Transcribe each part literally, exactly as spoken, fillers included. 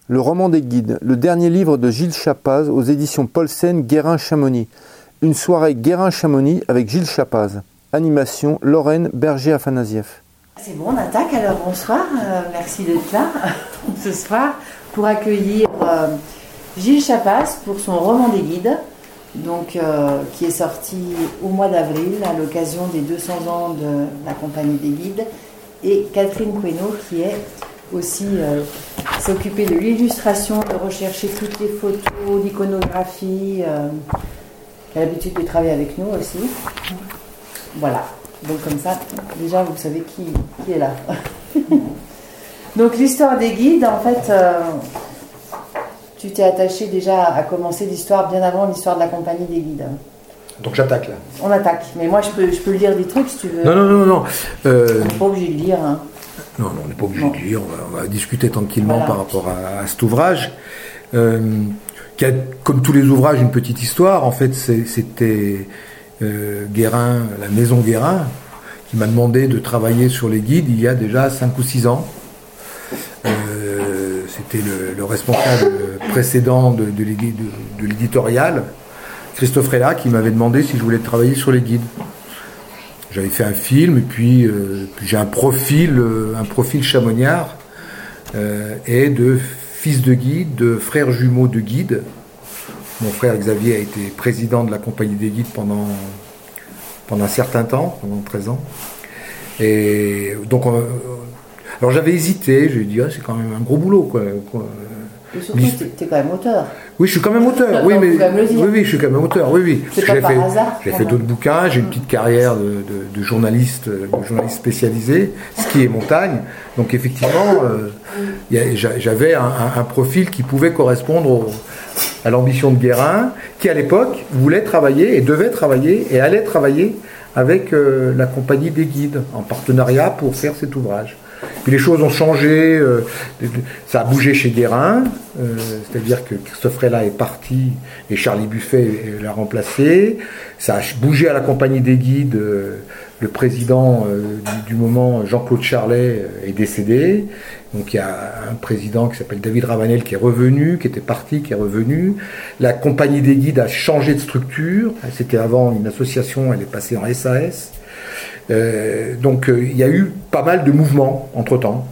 Le roman des guides, le dernier livre de Gilles Chapaz aux éditions Paulsen, Guérin-Chamonix. Une soirée Guérin-Chamonix avec Gilles Chapaz. Animation Lorraine Berger-Afanasieff. C'est bon, on attaque alors, bonsoir. Euh, merci d'être là ce soir pour accueillir euh, Gilles Chapaz pour son roman des guides, donc, euh, qui est sorti au mois d'avril à l'occasion des deux cents ans de la Compagnie des Guides, et Catherine Queneau qui est aussi euh, s'occuper de l'illustration, de rechercher toutes les photos, l'iconographie, euh, qui a l'habitude de travailler avec nous aussi. Voilà, donc comme ça, déjà vous savez qui, qui est là. Donc l'histoire des guides, en fait, euh, tu t'es attaché déjà à commencer l'histoire bien avant l'histoire de la Compagnie des Guides. Donc j'attaque là. On attaque, mais moi je peux, je peux lire des trucs si tu veux. Non, non, non, non. Euh... On n'est pas obligé de lire. Hein. Non, non, on n'est pas obligé bon. de lire, on va, on va discuter tranquillement voilà. par rapport à, à cet ouvrage, euh, qui a, comme tous les ouvrages, une petite histoire. En fait, c'est, c'était euh, Guérin, la maison Guérin, qui m'a demandé de travailler sur les guides il y a déjà cinq ou six ans. Euh, c'était le, le responsable précédent de, de, de, de l'éditorial, Christophe Rella, qui m'avait demandé si je voulais travailler sur les guides. J'avais fait un film, et puis, euh, puis j'ai un profil, euh, un profil chamoniard, euh, et de fils de guide, de frères jumeaux de guide. Mon frère Xavier a été président de la Compagnie des Guides pendant, pendant un certain temps, pendant treize ans. Et donc, euh, alors j'avais hésité, j'ai dit, ah, c'est quand même un gros boulot, quoi. quoi. Et surtout, t'es, t'es quand même auteur. Oui, je suis quand même auteur. Non, oui, mais oui, oui, je suis quand même auteur. Oui, oui. C'est pas j'ai par fait, hasard. J'ai fait d'autres bouquins. J'ai une petite carrière de, de, de journaliste, de journaliste spécialisé, ski et montagne. Donc effectivement, euh, y a, j'avais un, un, un profil qui pouvait correspondre au, à l'ambition de Guérin, qui à l'époque voulait travailler et devait travailler et allait travailler avec euh, la Compagnie des Guides en partenariat pour faire cet ouvrage. Puis les choses ont changé, euh, ça a bougé chez Guérin, euh, c'est-à-dire que Christophe Rella est parti et Charlie Buffet l'a remplacé. Ça a bougé à la Compagnie des Guides, euh, le président euh, du, du moment, Jean-Claude Charlet, est décédé. Donc il y a un président qui s'appelle David Ravanel qui est revenu, qui était parti, qui est revenu. La Compagnie des Guides a changé de structure, c'était avant une association, elle est passée en S A S. Euh, donc euh, il y a eu pas mal de mouvements entre-temps.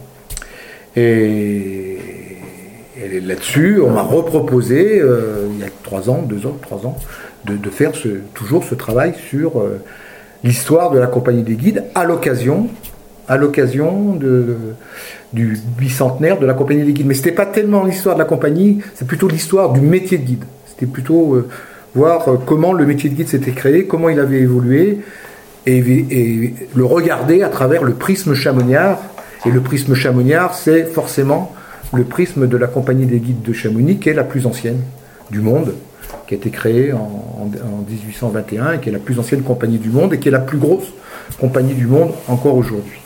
Et, et là-dessus, on m'a reproposé, euh, il y a trois ans, deux ans, trois ans, de, de faire ce, toujours ce travail sur euh, l'histoire de la Compagnie des Guides à l'occasion, à l'occasion de, du bicentenaire de la Compagnie des Guides. Mais c'était pas tellement l'histoire de la compagnie, c'est plutôt l'histoire du métier de guide. C'était plutôt euh, voir euh, comment le métier de guide s'était créé, comment il avait évolué, Et, et le regarder à travers le prisme chamoniard. Et le prisme chamoniard, c'est forcément le prisme de la Compagnie des Guides de Chamonix, qui est la plus ancienne du monde, qui a été créée en, en, en dix-huit cent vingt et un, et qui est la plus ancienne compagnie du monde, et qui est la plus grosse compagnie du monde encore aujourd'hui.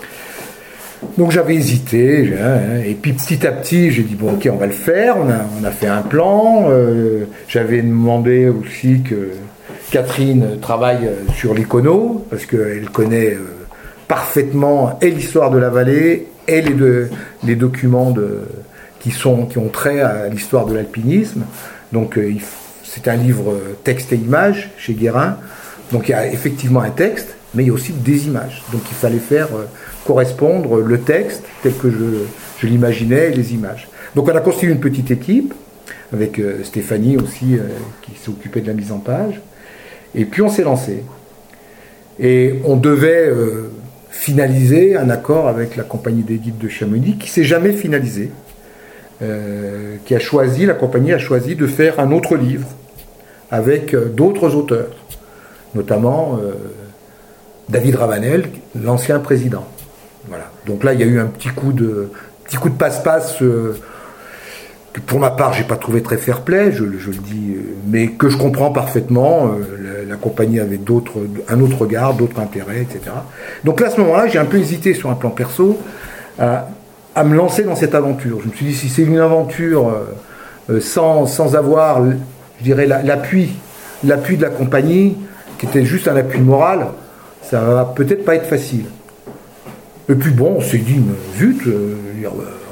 Donc j'avais hésité, et puis petit à petit, j'ai dit, bon ok, on va le faire, on a, on a fait un plan, euh, j'avais demandé aussi que Catherine travaille sur l'icono, parce qu'elle connaît parfaitement et l'histoire de la vallée et les, deux, les documents de, qui, sont, qui ont trait à l'histoire de l'alpinisme. Donc c'est un livre texte et images chez Guérin. Donc il y a effectivement un texte, mais il y a aussi des images. Donc il fallait faire correspondre le texte tel que je, je l'imaginais et les images. Donc on a constitué une petite équipe, avec Stéphanie aussi, qui s'occupait de la mise en page. Et puis on s'est lancé. Et on devait euh, finaliser un accord avec la Compagnie des Guides de Chamonix, qui ne s'est jamais finalisé. Euh, qui a choisi, la compagnie a choisi de faire un autre livre avec euh, d'autres auteurs, notamment euh, David Ravanel, l'ancien président. Voilà. Donc là, il y a eu un petit coup de, petit coup de passe-passe. Euh, que pour ma part, j'ai pas trouvé très fair-play, je, je le dis, mais que je comprends parfaitement. Euh, la, la compagnie avait d'autres, un autre regard, d'autres intérêts, et cetera. Donc là, à ce moment-là, j'ai un peu hésité sur un plan perso à, à me lancer dans cette aventure. Je me suis dit, si c'est une aventure euh, sans, sans avoir, je dirais, la, l'appui, l'appui de la compagnie, qui était juste un appui moral, ça va peut-être pas être facile. Et puis bon, on s'est dit, zut, euh,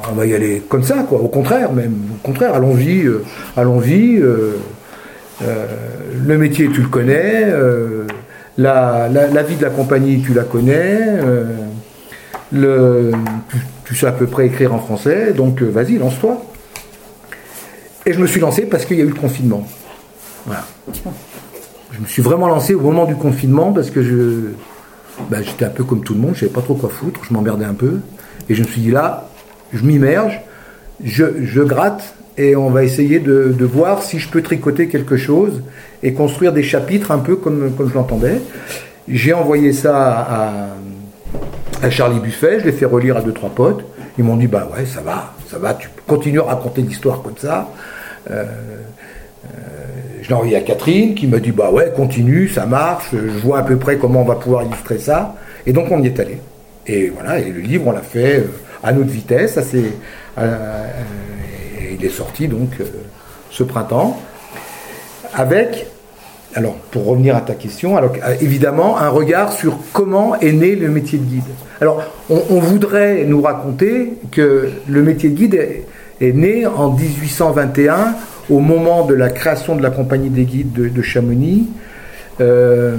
on va y aller comme ça, quoi. Au contraire, même. Au contraire, allons-y, euh, allons-y. Euh, euh, le métier, tu le connais. Euh, la, la, la vie de la compagnie, tu la connais. Euh, le, tu, tu sais à peu près écrire en français, donc euh, vas-y, lance-toi. Et je me suis lancé parce qu'il y a eu le confinement. Voilà. Je me suis vraiment lancé au moment du confinement parce que je, ben, j'étais un peu comme tout le monde, je ne savais pas trop quoi foutre, je m'emmerdais un peu. Et je me suis dit là, je m'immerge, je, je gratte et on va essayer de, de voir si je peux tricoter quelque chose et construire des chapitres un peu comme, comme je l'entendais. J'ai envoyé ça à, à Charlie Buffet, je l'ai fait relire à deux, trois potes. Ils m'ont dit, bah ouais, ça va, ça va, tu continues à raconter l'histoire comme ça. Euh, euh, je l'ai envoyé à Catherine qui m'a dit, bah ouais, continue, ça marche, je vois à peu près comment on va pouvoir illustrer ça. Et donc on y est allé. Et voilà, et le livre, on l'a fait euh, à notre vitesse, assez, euh, euh, et il est sorti donc euh, ce printemps, avec, alors pour revenir à ta question, alors euh, évidemment un regard sur comment est né le métier de guide. Alors on, on voudrait nous raconter que le métier de guide est, est né en dix-huit cent vingt et un, au moment de la création de la compagnie des guides de, de Chamonix. Euh,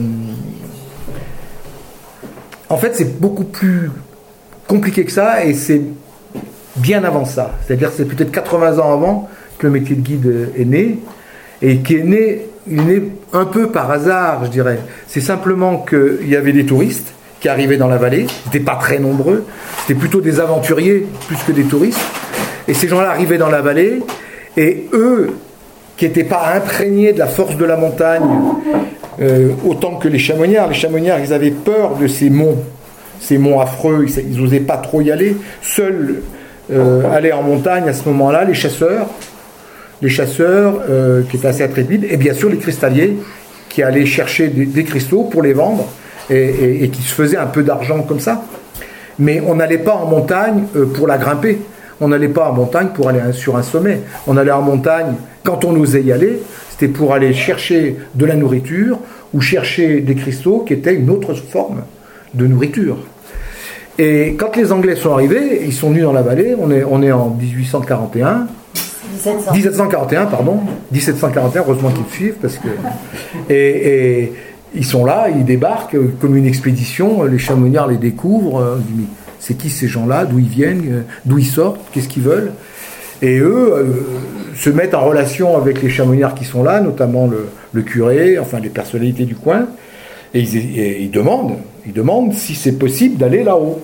en fait, c'est beaucoup plus compliqué que ça, et c'est bien avant ça. C'est-à-dire que c'est peut-être quatre-vingts ans avant que le métier de guide est né, et qui est né, il est né un peu par hasard, je dirais. C'est simplement qu'il y avait des touristes qui arrivaient dans la vallée, ils n'étaient pas très nombreux, c'était plutôt des aventuriers plus que des touristes, et ces gens-là arrivaient dans la vallée, et eux, qui n'étaient pas imprégnés de la force de la montagne, euh, autant que les chamoniards, les chamoniards, ils avaient peur de ces monts, ces monts affreux, ils n'osaient pas trop y aller. Seuls euh, allaient en montagne à ce moment-là les chasseurs, les chasseurs euh, qui étaient assez intrépides, et bien sûr les cristalliers qui allaient chercher des, des cristaux pour les vendre et, et, et qui se faisaient un peu d'argent comme ça. Mais on n'allait pas en montagne euh, pour la grimper. On n'allait pas en montagne pour aller sur un sommet. On allait en montagne, quand on osait y aller, c'était pour aller chercher de la nourriture ou chercher des cristaux qui étaient une autre forme de nourriture. Et quand les Anglais sont arrivés, ils sont venus dans la vallée, on est, on est en dix-huit cent quarante et un. dix-sept cent quarante et un, pardon. dix-sept cent quarante et un, heureusement qu'ils suivent, parce que... Et, et ils sont là, ils débarquent comme une expédition, les chamoniards les découvrent, c'est qui ces gens-là, d'où ils viennent, d'où ils sortent, qu'est-ce qu'ils veulent. Et eux euh, se mettent en relation avec les chamoniards qui sont là, notamment le, le curé, enfin les personnalités du coin, et ils, et ils demandent, ils demandent si c'est possible d'aller là-haut.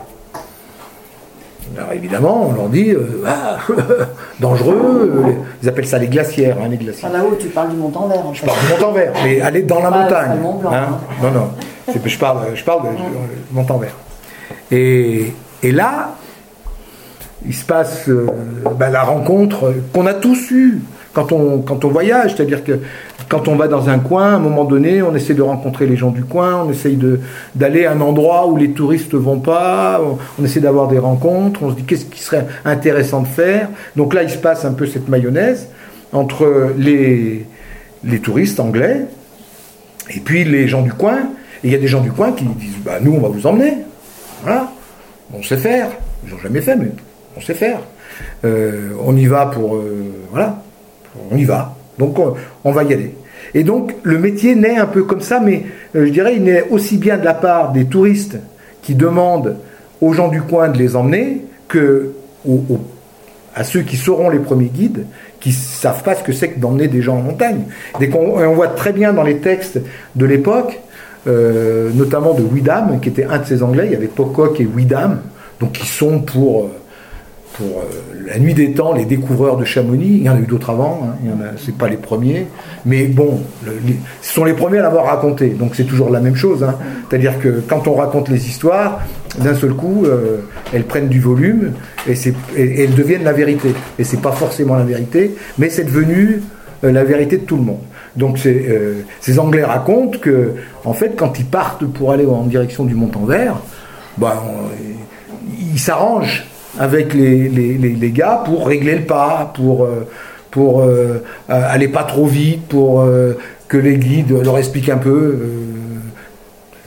Alors évidemment, on leur dit, euh, ah, dangereux, euh, ils appellent ça les glacières. Hein, les glacières. Ah, là-haut, tu parles du Montanvert. En je fait. parle du Montanvert, mais aller dans la pas, montagne. Mont Blanc, hein. hein. Non, non, c'est, je parle, je parle de, de Montanvert. Et, et là, il se passe euh, ben, la rencontre qu'on a tous eue quand on, quand on voyage, c'est-à-dire que quand on va dans un coin, à un moment donné, on essaie de rencontrer les gens du coin, on essaye de, d'aller à un endroit où les touristes ne vont pas, on, on essaie d'avoir des rencontres, on se dit qu'est-ce qui serait intéressant de faire. Donc là, il se passe un peu cette mayonnaise entre les, les touristes anglais et puis les gens du coin. Et il y a des gens du coin qui disent bah, nous, on va vous emmener. Voilà, on sait faire. Ils n'ont jamais fait, mais on sait faire. Euh, on y va pour... Euh, voilà, on y va. Donc on, on va y aller. Et donc le métier naît un peu comme ça, mais euh, je dirais il naît aussi bien de la part des touristes qui demandent aux gens du coin de les emmener que aux, aux, à ceux qui seront les premiers guides, qui ne savent pas ce que c'est que d'emmener des gens en montagne. Dès qu'on, on voit très bien dans les textes de l'époque, euh, notamment de Widam, qui était un de ces Anglais, il y avait Pocock et Widam, donc qui sont pour... Euh, pour euh, la nuit des temps, les découvreurs de Chamonix. Il y en a eu d'autres avant, hein, il y en a, c'est pas les premiers, mais bon, le, les, ce sont les premiers à l'avoir raconté, donc c'est toujours la même chose, hein. C'est-à-dire que quand on raconte les histoires, d'un seul coup, euh, elles prennent du volume et, c'est, et, et elles deviennent la vérité. Et c'est pas forcément la vérité, mais c'est devenu euh, la vérité de tout le monde. Donc c'est, euh, ces Anglais racontent que, en fait, quand ils partent pour aller en direction du Montanvert, ben, on, ils s'arrangent avec les, les, les, les gars pour régler le pas, pour, euh, pour euh, aller pas trop vite, pour euh, que les guides leur expliquent un peu. Euh,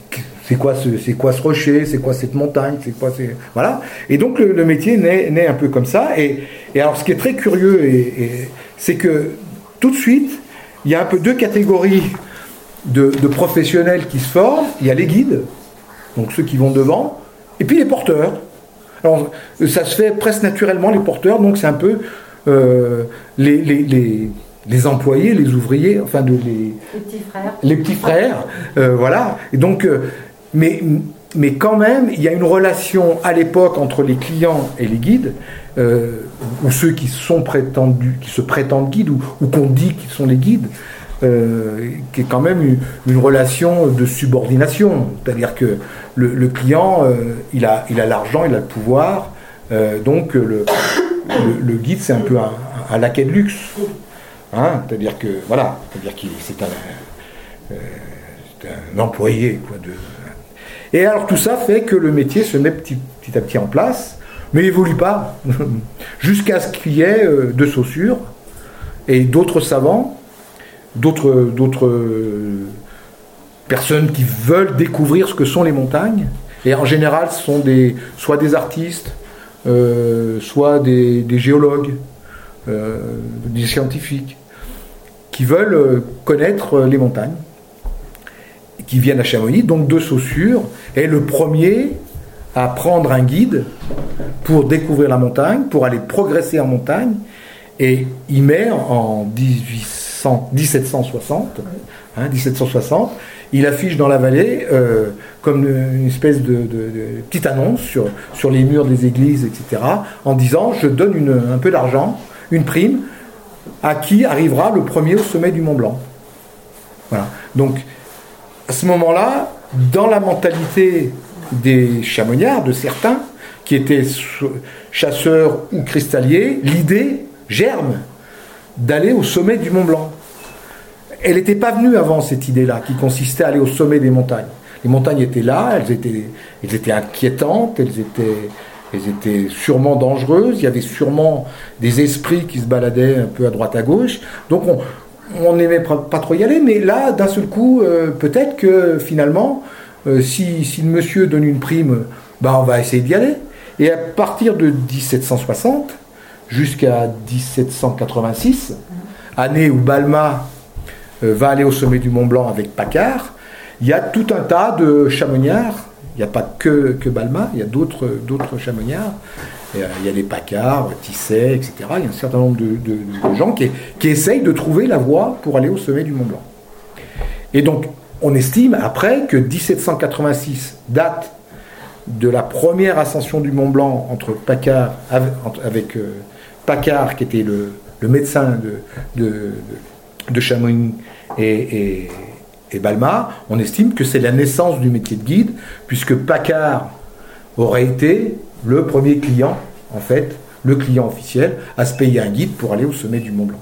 c'est quoi ce, c'est quoi ce rocher, c'est quoi cette montagne, c'est quoi c'est voilà. Et donc le, le métier naît, naît un peu comme ça. Et, et alors ce qui est très curieux, et, et, c'est que tout de suite, il y a un peu deux catégories de, de professionnels qui se forment. Il y a les guides, donc ceux qui vont devant, et puis les porteurs. Alors ça se fait presque naturellement, les porteurs, donc c'est un peu euh, les, les, les, les employés, les ouvriers, enfin de, les, les petits frères. Les petits frères, euh, voilà. Et donc, euh, mais, mais quand même, il y a une relation à l'époque entre les clients et les guides, euh, ou ceux qui sont prétendus, qui se prétendent guides, ou, ou qu'on dit qu'ils sont les guides, euh, qui est quand même une, une relation de subordination. C'est-à-dire que le, le client, euh, il a, il a l'argent, il a le pouvoir, euh, donc le, le, le guide, c'est un peu un, un laquais de luxe. Hein, c'est-à-dire que voilà, c'est-à-dire qu'il c'est un, euh, c'est un employé quoi, de... Et alors tout ça fait que le métier se met petit, petit à petit en place, mais n'évolue pas jusqu'à ce qu'il y ait euh, de Saussure et d'autres savants, d'autres, d'autres euh, personnes qui veulent découvrir ce que sont les montagnes. Et en général, ce sont des, soit des artistes, euh, soit des, des géologues, euh, des scientifiques, qui veulent connaître les montagnes, qui viennent à Chamonix. Donc de Saussure est le premier à prendre un guide pour découvrir la montagne, pour aller progresser en montagne, et il met en dix-huit cents, dix-sept cent soixante, hein, dix-sept cent soixante, il affiche dans la vallée euh, comme une espèce de, de, de petite annonce sur, sur les murs des églises, et cetera, en disant je donne une, un peu d'argent, une prime, à qui arrivera le premier au sommet du Mont Blanc. Voilà. Donc, à ce moment-là, dans la mentalité des chamonniards, de certains, qui étaient chasseurs ou cristalliers, l'idée germe d'aller au sommet du Mont Blanc. Elle n'était pas venue avant, cette idée-là, qui consistait à aller au sommet des montagnes. Les montagnes étaient là, elles étaient, elles étaient inquiétantes, elles étaient... Elles étaient sûrement dangereuses, il y avait sûrement des esprits qui se baladaient un peu à droite à gauche, donc on n'aimait pas trop y aller, mais là, d'un seul coup, euh, peut-être que finalement, euh, si, si le monsieur donne une prime, ben on va essayer d'y aller. Et à partir de dix-sept cent soixante jusqu'à dix-sept cent quatre-vingt-six, année où Balmat euh, va aller au sommet du Mont Blanc avec Paccard, il y a tout un tas de chamonniards. Il n'y a pas que, que Balmat, il y a d'autres, d'autres chamonniards. Il y a, il y a des Paccard, Tisset, et cetera. Il y a un certain nombre de, de, de gens qui, qui essayent de trouver la voie pour aller au sommet du Mont Blanc. Et donc, on estime après que dix-sept cent quatre-vingt-six date de la première ascension du Mont Blanc entre Paccard, avec euh, Paccard, qui était le, le médecin de, de, de Chamonix, et, et et Balmat, on estime que c'est la naissance du métier de guide, puisque Paccard aurait été le premier client, en fait, le client officiel, à se payer un guide pour aller au sommet du Mont Blanc.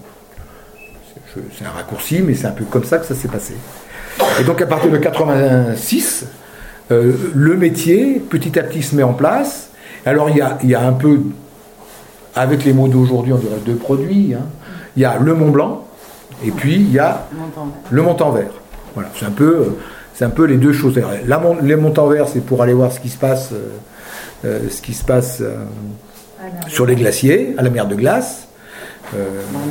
C'est, c'est un raccourci, mais c'est un peu comme ça que ça s'est passé. Et donc à partir de quatre-vingt-six, euh, le métier, petit à petit, se met en place. Alors il y a, il y a un peu, avec les mots d'aujourd'hui, on dirait deux produits. Hein. Il y a le Mont Blanc, et puis il y a le Montanvert. Voilà, c'est un peu, c'est un peu les deux choses. La, les Montanvert, c'est pour aller voir ce qui se passe, euh, ce qui se passe euh, sur les glaciers, à la mer de glace, euh,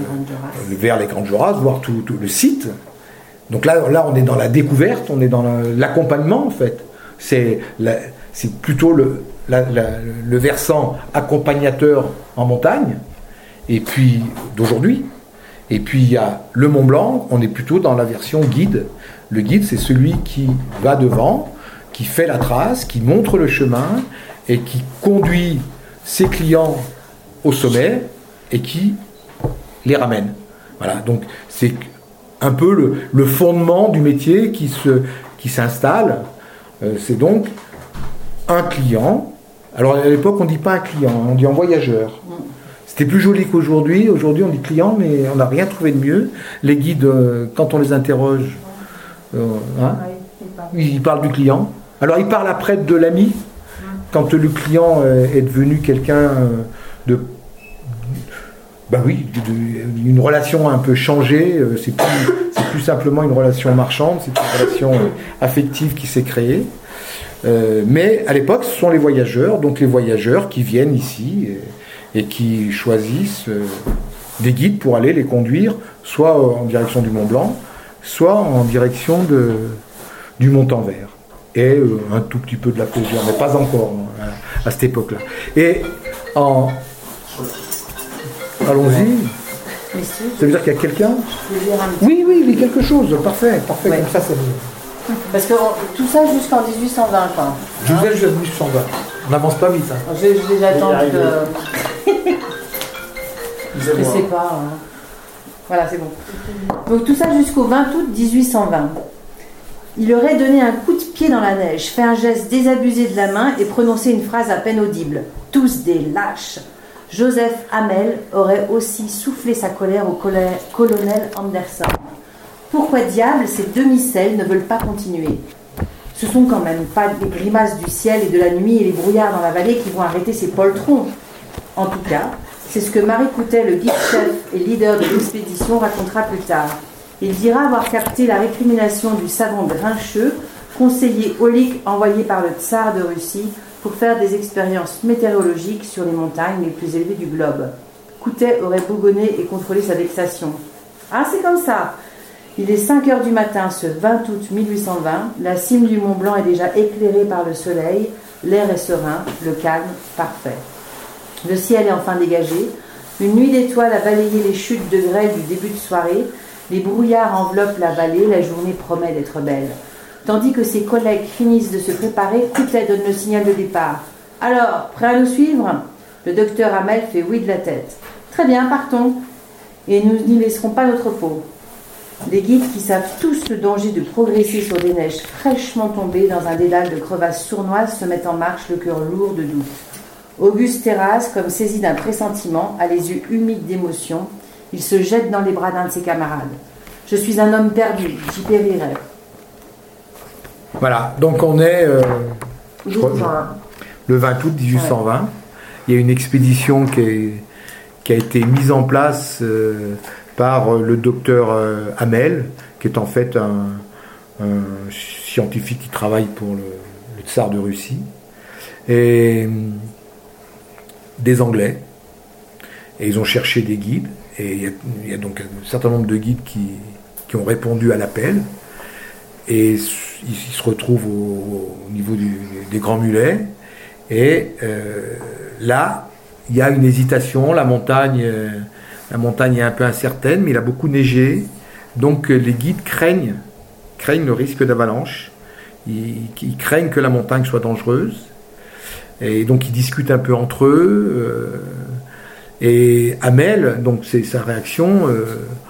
vers les Grandes Jorasses, voir tout, tout le site. Donc là, là, on est dans la découverte, on est dans la, l'accompagnement en fait. C'est, la, c'est plutôt le, la, la, le versant accompagnateur en montagne, et puis d'aujourd'hui. Et puis il y a le Mont Blanc, on est plutôt dans la version guide. Le guide, c'est celui qui va devant, qui fait la trace, qui montre le chemin et qui conduit ses clients au sommet et qui les ramène. Voilà, donc c'est un peu le, le fondement du métier qui, se, qui s'installe. Euh, c'est donc un client. Alors à l'époque, on ne dit pas un client, on dit un voyageur. C'était plus joli qu'aujourd'hui. Aujourd'hui, on dit client, mais on n'a rien trouvé de mieux. Les guides, euh, quand on les interroge, euh, hein, ils parlent du client. Alors, ils parlent après de l'ami. Quand le client euh, est devenu quelqu'un euh, de... Ben oui, de, de, une relation un peu changée. Euh, c'est, plus, c'est plus simplement une relation marchande. C'est une relation euh, affective qui s'est créée. Euh, mais à l'époque, ce sont les voyageurs, donc les voyageurs qui viennent ici et, et qui choisissent euh, des guides pour aller les conduire, soit en direction du Mont Blanc, soit en direction de, du Montanvert. Et euh, un tout petit peu de la Caudière, mais pas encore à, à cette époque-là. Et en... Allons-y. Ça veut dire qu'il y a quelqu'un ? Oui, oui, il y a quelque chose. Parfait, parfait. Ouais. Comme ça, c'est mieux. Parce que on, tout ça jusqu'en dix-huit cent vingt, quoi. Je vous ai jusqu'en dix-huit cent vingt. On n'avance pas vite. Hein. Je, je les attends que... je ne sais pas. Hein. Voilà, c'est bon. Donc tout ça jusqu'au vingt août dix-huit cent vingt. Il aurait donné un coup de pied dans la neige, fait un geste désabusé de la main et prononcé une phrase à peine audible. Tous des lâches. Joseph Hamel aurait aussi soufflé sa colère au colonel Anderson. Pourquoi diable ces demi-selles ne veulent pas continuer ? Ce sont quand même pas les grimaces du ciel et de la nuit et les brouillards dans la vallée qui vont arrêter ces poltrons. En tout cas, c'est ce que Marie Coutet, le guide-chef et leader de l'expédition, racontera plus tard. Il dira avoir capté la récrimination du savant Grincheux, conseiller aulique envoyé par le tsar de Russie pour faire des expériences météorologiques sur les montagnes les plus élevées du globe. Coutet aurait bougonné et contrôlé sa vexation. Ah, c'est comme ça. Il est cinq heures du matin ce vingt août mille huit cent vingt, la cime du Mont Blanc est déjà éclairée par le soleil, l'air est serein, le calme parfait. Le ciel est enfin dégagé, une nuit d'étoiles a balayé les chutes de grêle du début de soirée, les brouillards enveloppent la vallée, la journée promet d'être belle. Tandis que ses collègues finissent de se préparer, Coutet donne le signal de départ. « Alors, prêt à nous suivre ?» Le docteur Hamel fait oui de la tête. « Très bien, partons. Et nous n'y laisserons pas notre peau. » Les guides qui savent tous le danger de progresser sur des neiges fraîchement tombées dans un dédale de crevasses sournoises se mettent en marche, le cœur lourd de doute. Auguste Terrasse, comme saisi d'un pressentiment, a les yeux humides d'émotion. Il se jette dans les bras d'un de ses camarades. « Je suis un homme perdu, j'y périrai. » Voilà, donc on est euh, crois, le vingt août dix-huit cent vingt. Ouais. Il y a une expédition qui, est, qui a été mise en place euh, par le docteur euh, Hamel, qui est en fait un, un scientifique qui travaille pour le, le tsar de Russie, et des Anglais. Et ils ont cherché des guides, et il y a, il y a donc un certain nombre de guides qui, qui ont répondu à l'appel. Et ils se retrouvent au, au niveau du, des Grands Mulets. Et euh, là, il y a une hésitation. La montagne, euh, la montagne est un peu incertaine, mais il a beaucoup neigé. Donc les guides craignent, craignent le risque d'avalanche. Ils, ils craignent que la montagne soit dangereuse. Et donc ils discutent un peu entre eux. Euh, et Hamel, donc c'est sa réaction, euh,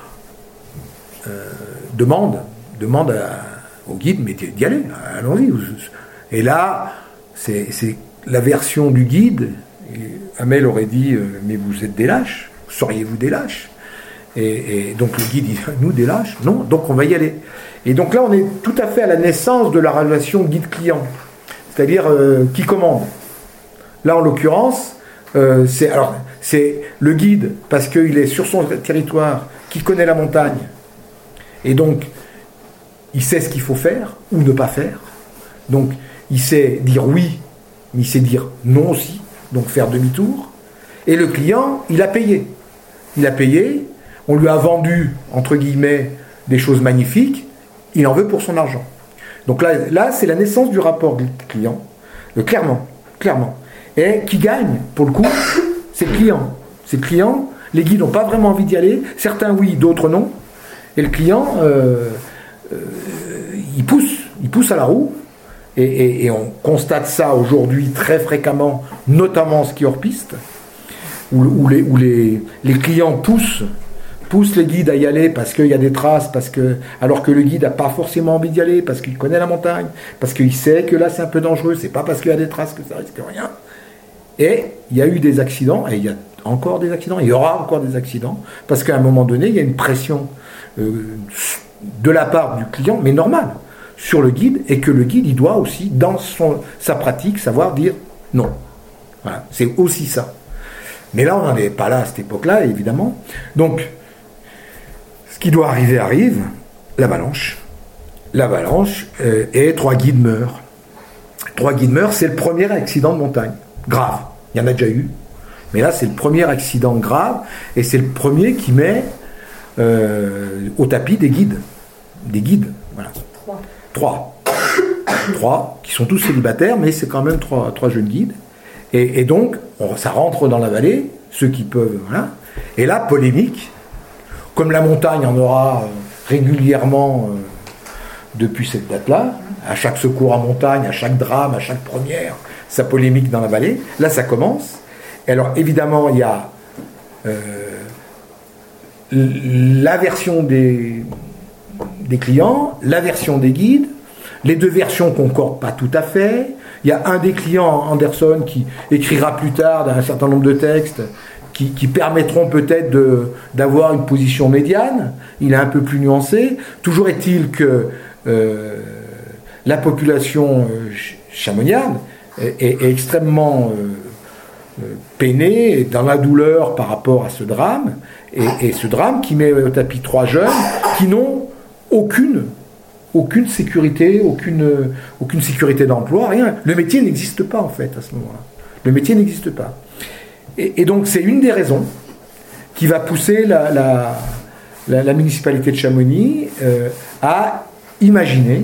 euh, demande, demande à au guide, mais d'y aller, allons-y. Et là, c'est, c'est la version du guide. Hamel aurait dit, euh, mais vous êtes des lâches, seriez-vous des lâches ? et, et donc le guide dit, nous des lâches ? Non, donc on va y aller. Et donc là, on est tout à fait à la naissance de la relation guide-client, c'est-à-dire euh, qui commande. Là, en l'occurrence, euh, c'est, alors, c'est le guide, parce qu'il est sur son territoire, qui connaît la montagne, et donc il sait ce qu'il faut faire ou ne pas faire. Donc, il sait dire oui, mais il sait dire non aussi, donc faire demi-tour. Et le client, il a payé. Il a payé, on lui a vendu, entre guillemets, des choses magnifiques, il en veut pour son argent. Donc là, là c'est la naissance du rapport client, euh, clairement, clairement. Et qui gagne, pour le coup, c'est le client. C'est le client, les guides n'ont pas vraiment envie d'y aller, certains oui, d'autres non. Et le client... Euh, Euh, il pousse, il pousse à la roue, et, et, et on constate ça aujourd'hui très fréquemment, notamment en ski hors piste, où, où, les, où les, les clients poussent, poussent les guides à y aller parce qu'il y a des traces, parce que, alors que le guide n'a pas forcément envie d'y aller, parce qu'il connaît la montagne, parce qu'il sait que là c'est un peu dangereux, c'est pas parce qu'il y a des traces que ça risque rien. Et il y a eu des accidents, et il y a encore des accidents, il y aura encore des accidents, parce qu'à un moment donné, il y a une pression euh, de la part du client, mais normal, sur le guide, et que le guide, il doit aussi, dans son, sa pratique, savoir dire non. Voilà, c'est aussi ça. Mais là, on n'en est pas là à cette époque-là, évidemment. Donc, ce qui doit arriver arrive, l'avalanche. L'avalanche, euh, et trois guides meurent. trois guides meurent, c'est le premier accident de montagne. Grave. Il y en a déjà eu. Mais là, c'est le premier accident grave, et c'est le premier qui met euh, au tapis des guides. Des guides, voilà. Trois. Trois. Trois, qui sont tous célibataires, mais c'est quand même trois, trois jeunes guides. Et, et donc, on, ça rentre dans la vallée, ceux qui peuvent, voilà. Et là, polémique, comme la montagne en aura euh, régulièrement euh, depuis cette date-là, à chaque secours en montagne, à chaque drame, à chaque première, ça polémique dans la vallée. Là, ça commence. Et alors, évidemment, il y a euh, la version des, des clients, la version des guides. Les deux versions concordent pas tout à fait. Il y a un des clients, Anderson, qui écrira plus tard un certain nombre de textes qui, qui permettront peut-être de, d'avoir une position médiane. Il est un peu plus nuancé. Toujours est-il que euh, la population euh, chamoniarde est, est, est extrêmement euh, peinée, dans la douleur par rapport à ce drame, et, et ce drame qui met au tapis trois jeunes qui n'ont aucune aucune sécurité, aucune, aucune sécurité d'emploi, rien. Le métier n'existe pas, en fait, à ce moment-là. Le métier n'existe pas. Et, et donc, c'est une des raisons qui va pousser la, la, la, la municipalité de Chamonix euh, à imaginer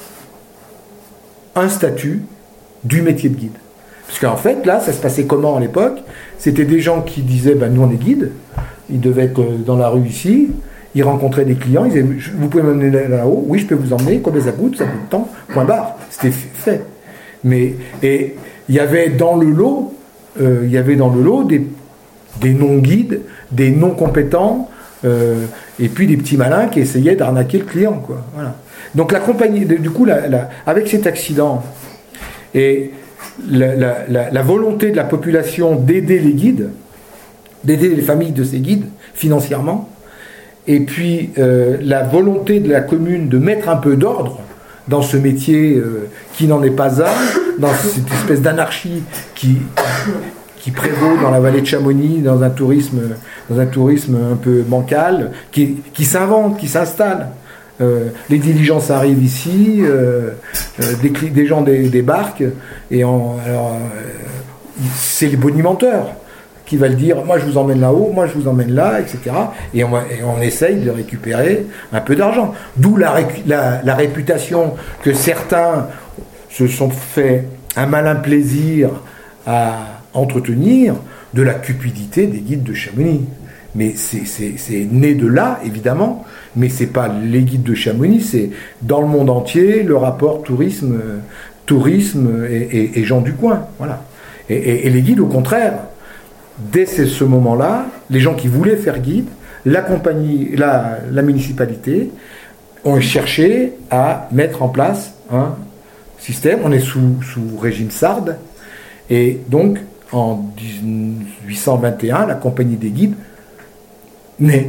un statut du métier de guide. Parce qu'en fait, là, ça se passait comment à l'époque? C'était des gens qui disaient, ben, nous, on est guides, ils devaient être dans la rue ici. Ils rencontraient des clients, ils disaient, vous pouvez m'emmener là-haut? Oui, je peux vous emmener, combien ça coûte? Ça coûte tant, point barre. C'était fait. Mais, et il y avait dans le lot, euh, il y avait dans le lot des, des non-guides, des non-compétents, euh, et puis des petits malins qui essayaient d'arnaquer le client, quoi. Voilà. Donc la compagnie, du coup, la, la, avec cet accident, et la, la, la, la volonté de la population d'aider les guides, d'aider les familles de ces guides, financièrement, et puis euh, la volonté de la commune de mettre un peu d'ordre dans ce métier euh, qui n'en est pas un, dans cette espèce d'anarchie qui, qui prévaut dans la vallée de Chamonix, dans un tourisme, dans un tourisme un peu bancal, qui, qui s'invente, qui s'installe. Euh, les diligences arrivent ici, euh, euh, des, des gens dé, débarquent, et en, alors, euh, c'est les bonimenteurs qui va le dire, moi je vous emmène là-haut, moi je vous emmène là, et cetera. Et on, et on essaye de récupérer un peu d'argent. D'où la, la, la réputation que certains se sont fait un malin plaisir à entretenir de la cupidité des guides de Chamonix. Mais c'est, c'est, c'est né de là, évidemment, mais c'est pas les guides de Chamonix, c'est dans le monde entier le rapport tourisme, tourisme et, et, et gens du coin. Voilà. Et, et, et les guides, au contraire, dès ce moment-là, les gens qui voulaient faire guide, la compagnie, la, la municipalité, ont cherché à mettre en place un système. On est sous, sous régime sarde, et donc en dix-huit cent vingt et un, la compagnie des guides naît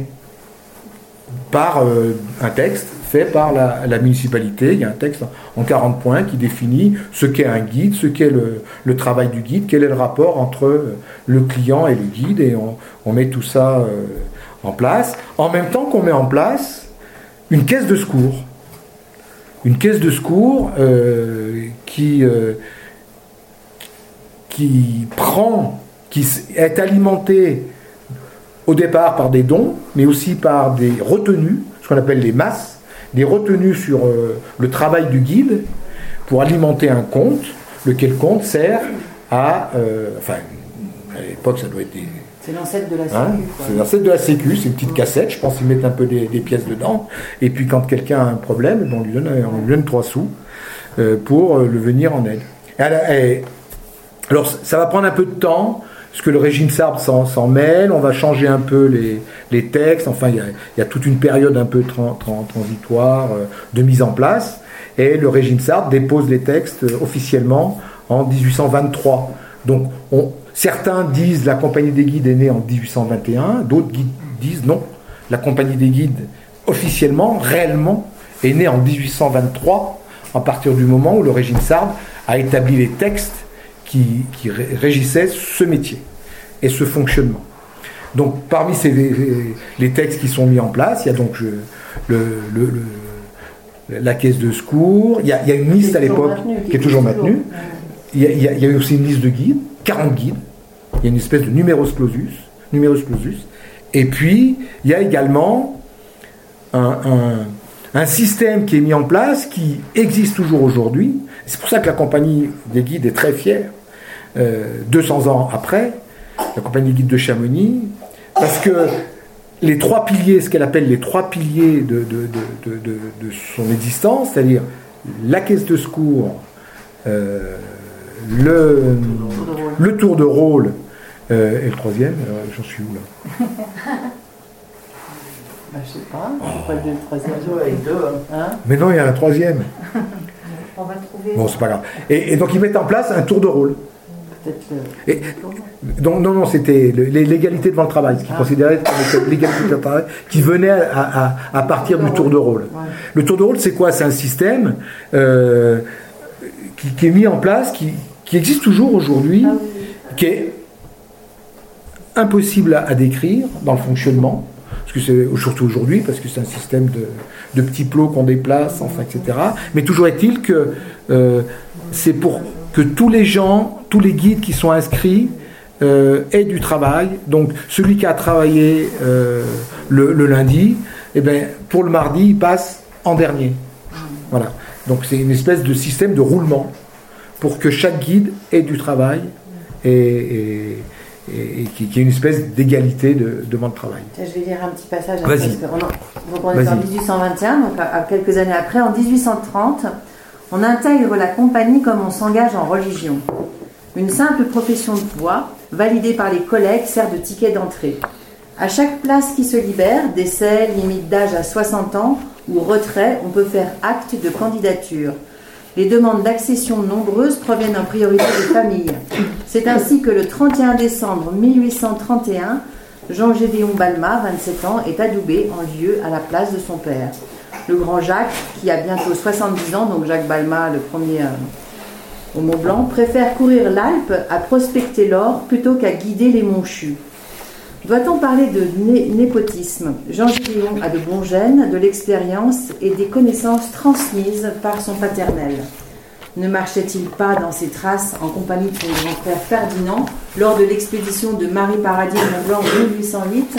par euh, un texte fait par la, la municipalité. Il y a un texte en quarante points qui définit ce qu'est un guide, ce qu'est le, le travail du guide, quel est le rapport entre le client et le guide, et on, on met tout ça euh, en place, en même temps qu'on met en place une caisse de secours. Une caisse de secours euh, qui, euh, qui prend, qui est alimentée au départ par des dons, mais aussi par des retenues, ce qu'on appelle les masses, des retenues sur euh, le travail du guide pour alimenter un compte, lequel compte sert à... Euh, enfin, à l'époque, ça doit être des... C'est l'ancêtre de la Sécu. Hein, c'est l'ancêtre de la Sécu, c'est une petite cassette, je pense qu'ils mettent un peu des, des pièces dedans, et puis quand quelqu'un a un problème, on lui donne, on lui donne trois sous euh, pour euh, le venir en aide. Et alors, et, alors, ça va prendre un peu de temps, parce que le régime sarde s'en, s'en mêle, on va changer un peu les, les textes, enfin il y, y a toute une période un peu tran, tran, transitoire euh, de mise en place, et le régime sarde dépose les textes euh, officiellement en dix-huit cent vingt-trois. Donc on, certains disent la compagnie des guides est née en dix-huit cent vingt et un, d'autres guides disent non, la compagnie des guides officiellement, réellement, est née en dix-huit cent vingt-trois, à partir du moment où le régime sarde a établi les textes qui, qui régissaient ce métier et ce fonctionnement. Donc parmi ces, les, les textes qui sont mis en place, il y a donc le, le, le, la caisse de secours, il y a, il y a une liste à l'époque maintenue, qui est toujours maintenue, il y, a, il y a aussi une liste de guides, quarante guides. Il y a une espèce de numerus clausus, numerus clausus. Et puis, il y a également un, un, un système qui est mis en place, qui existe toujours aujourd'hui. C'est pour ça que la compagnie des guides est très fière, euh, deux cents ans après, la compagnie des guides de Chamonix, parce que les trois piliers, ce qu'elle appelle les trois piliers de, de, de, de, de, de son existence, c'est-à-dire la caisse de secours, euh, le, le tour de rôle, euh, et le troisième, euh, j'en suis où là? Bah, je sais pas, je sais pas le troisième. Avec deux. Hein? Mais non, il y a un troisième. On va trouver. Bon, c'est pas grave. Et, et donc ils mettent en place un tour de rôle. Peut-être le... Et, donc, non, non, c'était le, l'égalité devant le travail, ce qu'ils ah. considéraient comme l'égalité devant le travail, qui venait à, à, à partir du tour de rôle. Ouais. Le tour de rôle, c'est quoi? C'est un système euh, qui, qui est mis en place, qui, qui existe toujours aujourd'hui, ah oui. qui est impossible à, à décrire dans le fonctionnement, parce que c'est, surtout aujourd'hui, parce que c'est un système de, de petits plots qu'on déplace, enfin, et cetera. Mais toujours est-il que euh, c'est pour que tous les gens, tous les guides qui sont inscrits euh, aient du travail. Donc, celui qui a travaillé euh, le, le lundi, eh ben, pour le mardi, il passe en dernier. Voilà. Donc, c'est une espèce de système de roulement pour que chaque guide ait du travail et, et, et, et qu'il y ait une espèce d'égalité de demande de travail. Je vais lire un petit passage. Vas-y. Parce on, donc, on est Vas-y. En dix-huit cent vingt et un, donc à, à quelques années après, en dix-huit cent trente, on intègre la compagnie comme on s'engage en religion. Une simple profession de foi, validée par les collègues, sert de ticket d'entrée. À chaque place qui se libère, décès, limite d'âge à soixante ans ou retrait, on peut faire acte de candidature. Les demandes d'accession nombreuses proviennent en priorité des familles. C'est ainsi que le trente et un décembre mille huit cent trente et un, Jean-Gédéon Balma, vingt-sept ans, est adoubé en lieu à la place de son père. Le grand Jacques, qui a bientôt soixante-dix ans, donc Jacques Balma, le premier euh, au Mont Blanc, préfère courir l'Alpe à prospecter l'or plutôt qu'à guider les Monchus. Doit-on parler de né- népotisme? Jean-Gédéon a de bons gènes, de l'expérience et des connaissances transmises par son paternel. Ne marchait-il pas dans ses traces en compagnie de son grand frère Ferdinand lors de l'expédition de Marie Paradis au Mont Blanc en mille huit cent huit?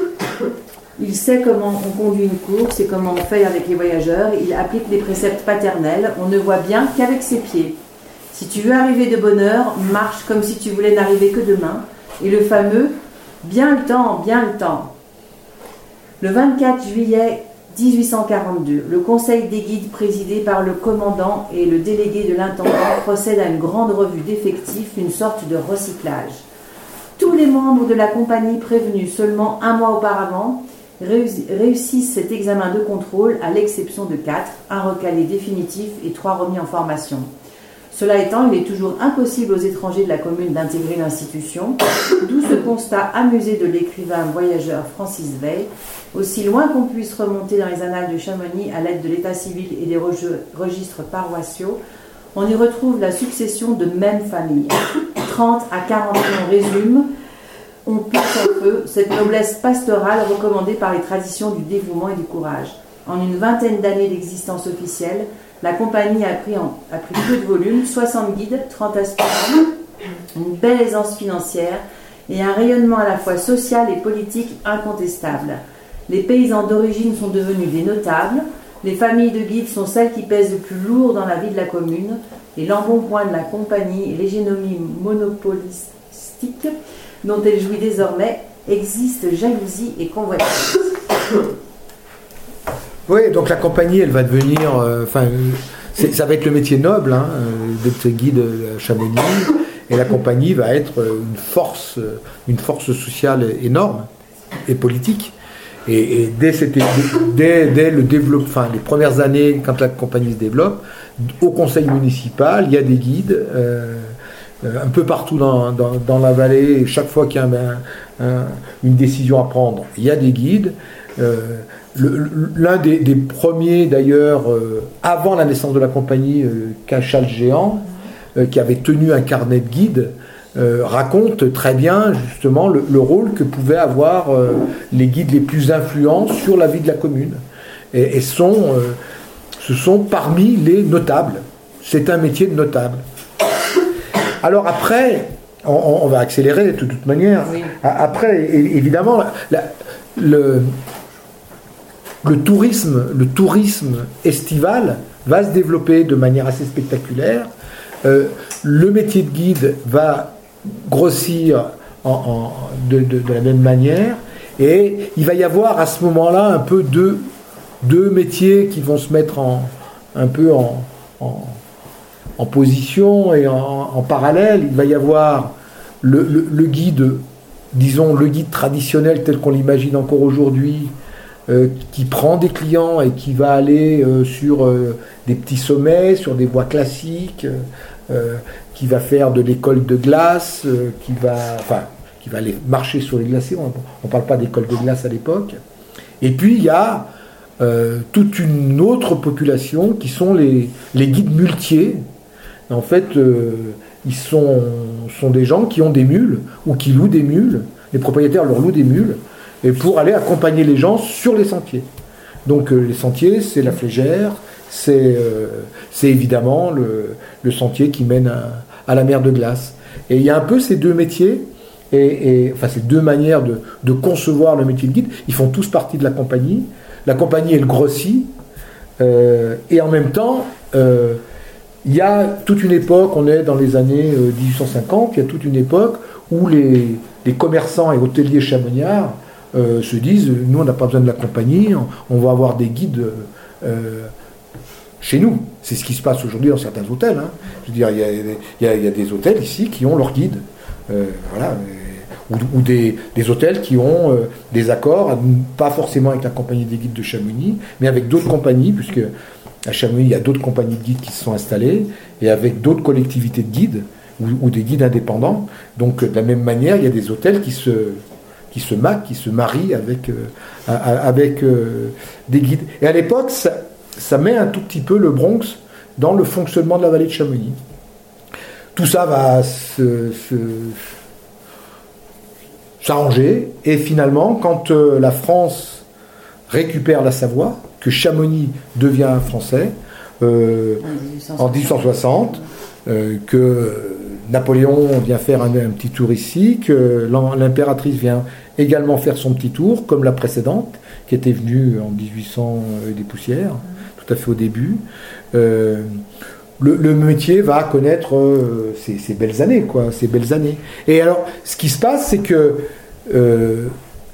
Il sait comment on conduit une course et comment on fait avec les voyageurs. Il applique les préceptes paternels. On ne voit bien qu'avec ses pieds. Si tu veux arriver de bonne heure, marche comme si tu voulais n'arriver que demain. Et le fameux « bien le temps, bien le temps ». Le vingt-quatre juillet dix-huit cent quarante-deux, le conseil des guides présidé par le commandant et le délégué de l'intendant procède à une grande revue d'effectifs, une sorte de recyclage. Tous les membres de la compagnie prévenus seulement un mois auparavant réussissent cet examen de contrôle à l'exception de quatre, un recalé définitif et trois remis en formation. Cela étant, il est toujours impossible aux étrangers de la commune d'intégrer l'institution, d'où ce constat amusé de l'écrivain voyageur Francis Veil. Aussi loin qu'on puisse remonter dans les annales de Chamonix à l'aide de l'état civil et des registres paroissiaux, on y retrouve la succession de mêmes familles. trente à quarante ans résument, on pousse en feu cette noblesse pastorale recommandée par les traditions du dévouement et du courage. En une vingtaine d'années d'existence officielle, la compagnie a pris, en, a pris peu de volume, soixante guides, trente aspirants, une belle aisance financière et un rayonnement à la fois social et politique incontestable. Les paysans d'origine sont devenus des notables, les familles de guides sont celles qui pèsent le plus lourd dans la vie de la commune, et l'embonpoint de la compagnie et l'hégémonie monopolistique dont elle jouit désormais existe jalousie et convoitise. Oui, donc la compagnie, elle va devenir, enfin, euh, ça va être le métier noble hein, d'être guide à Chamonix, et la compagnie va être une force, une force sociale énorme et politique. Et, et dès, cette, dès, dès le développement, enfin, les premières années, quand la compagnie se développe, au conseil municipal, il y a des guides euh, un peu partout dans, dans, dans la vallée. Et chaque fois qu'il y a un, un, une décision à prendre, il y a des guides. Euh, le, l'un des, des premiers, d'ailleurs, euh, avant la naissance de la compagnie, euh, Cachal Géant, euh, qui avait tenu un carnet de guides, Euh, raconte très bien justement le, le rôle que pouvaient avoir euh, les guides les plus influents sur la vie de la commune et, et sont, euh, ce sont parmi les notables. C'est un métier de notable. Alors après, on, on va accélérer de toute manière. Oui. Après, évidemment, la, le, le, tourisme, le tourisme estival va se développer de manière assez spectaculaire. Euh, le métier de guide va grossir en, en, de, de, de la même manière. Et il va y avoir à ce moment-là un peu deux, deux métiers qui vont se mettre en, un peu en, en, en position et en, en parallèle. Il va y avoir le, le, le guide, disons le guide traditionnel tel qu'on l'imagine encore aujourd'hui, euh, qui prend des clients et qui va aller euh, sur euh, des petits sommets, sur des voies classiques, euh, qui va faire de l'école de glace, euh, qui va... Enfin, qui va aller marcher sur les glaciers, on ne parle pas d'école de glace à l'époque. Et puis il y a euh, toute une autre population qui sont les, les guides muletiers. En fait, euh, ils sont, sont des gens qui ont des mules ou qui louent des mules, les propriétaires leur louent des mules, et pour aller accompagner les gens sur les sentiers. Donc euh, les sentiers, c'est la Flégère, c'est, euh, c'est évidemment le, le sentier qui mène à, à la mer de glace. Et il y a un peu ces deux métiers. Et, et, enfin, c'est deux manières de, de concevoir le métier de guide. Ils font tous partie de la compagnie. La compagnie, elle grossit. Euh, et en même temps, euh, il y a toute une époque, on est dans les années euh, dix-huit cent cinquante, il y a toute une époque où les, les commerçants et hôteliers chamoniards euh, se disent, nous, on n'a pas besoin de la compagnie, on, on va avoir des guides euh, chez nous. C'est ce qui se passe aujourd'hui dans certains hôtels. Hein. Je veux dire, il y a, il y a, il y a des hôtels ici qui ont leur guide. Euh, voilà, ou, ou des, des hôtels qui ont euh, des accords, pas forcément avec la compagnie des guides de Chamonix, mais avec d'autres compagnies, puisque à Chamonix, il y a d'autres compagnies de guides qui se sont installées, et avec d'autres collectivités de guides, ou, ou des guides indépendants. Donc, de la même manière, il y a des hôtels qui se, qui se maquent, qui se marient avec, euh, avec euh, des guides. Et à l'époque, ça, ça met un tout petit peu le Bronx dans le fonctionnement de la vallée de Chamonix. Tout ça va se, se, s'arranger, et finalement, quand euh, la France récupère la Savoie, que Chamonix devient français, euh, en dix-huit cent soixante, euh, que Napoléon vient faire un, un petit tour ici, que l'impératrice vient également faire son petit tour, comme la précédente, qui était venue en dix-huit cents euh, des poussières, tout à fait au début. Euh, Le, le métier va connaître euh, ces, ces belles années, quoi, ces belles années. Et alors, ce qui se passe, c'est que euh,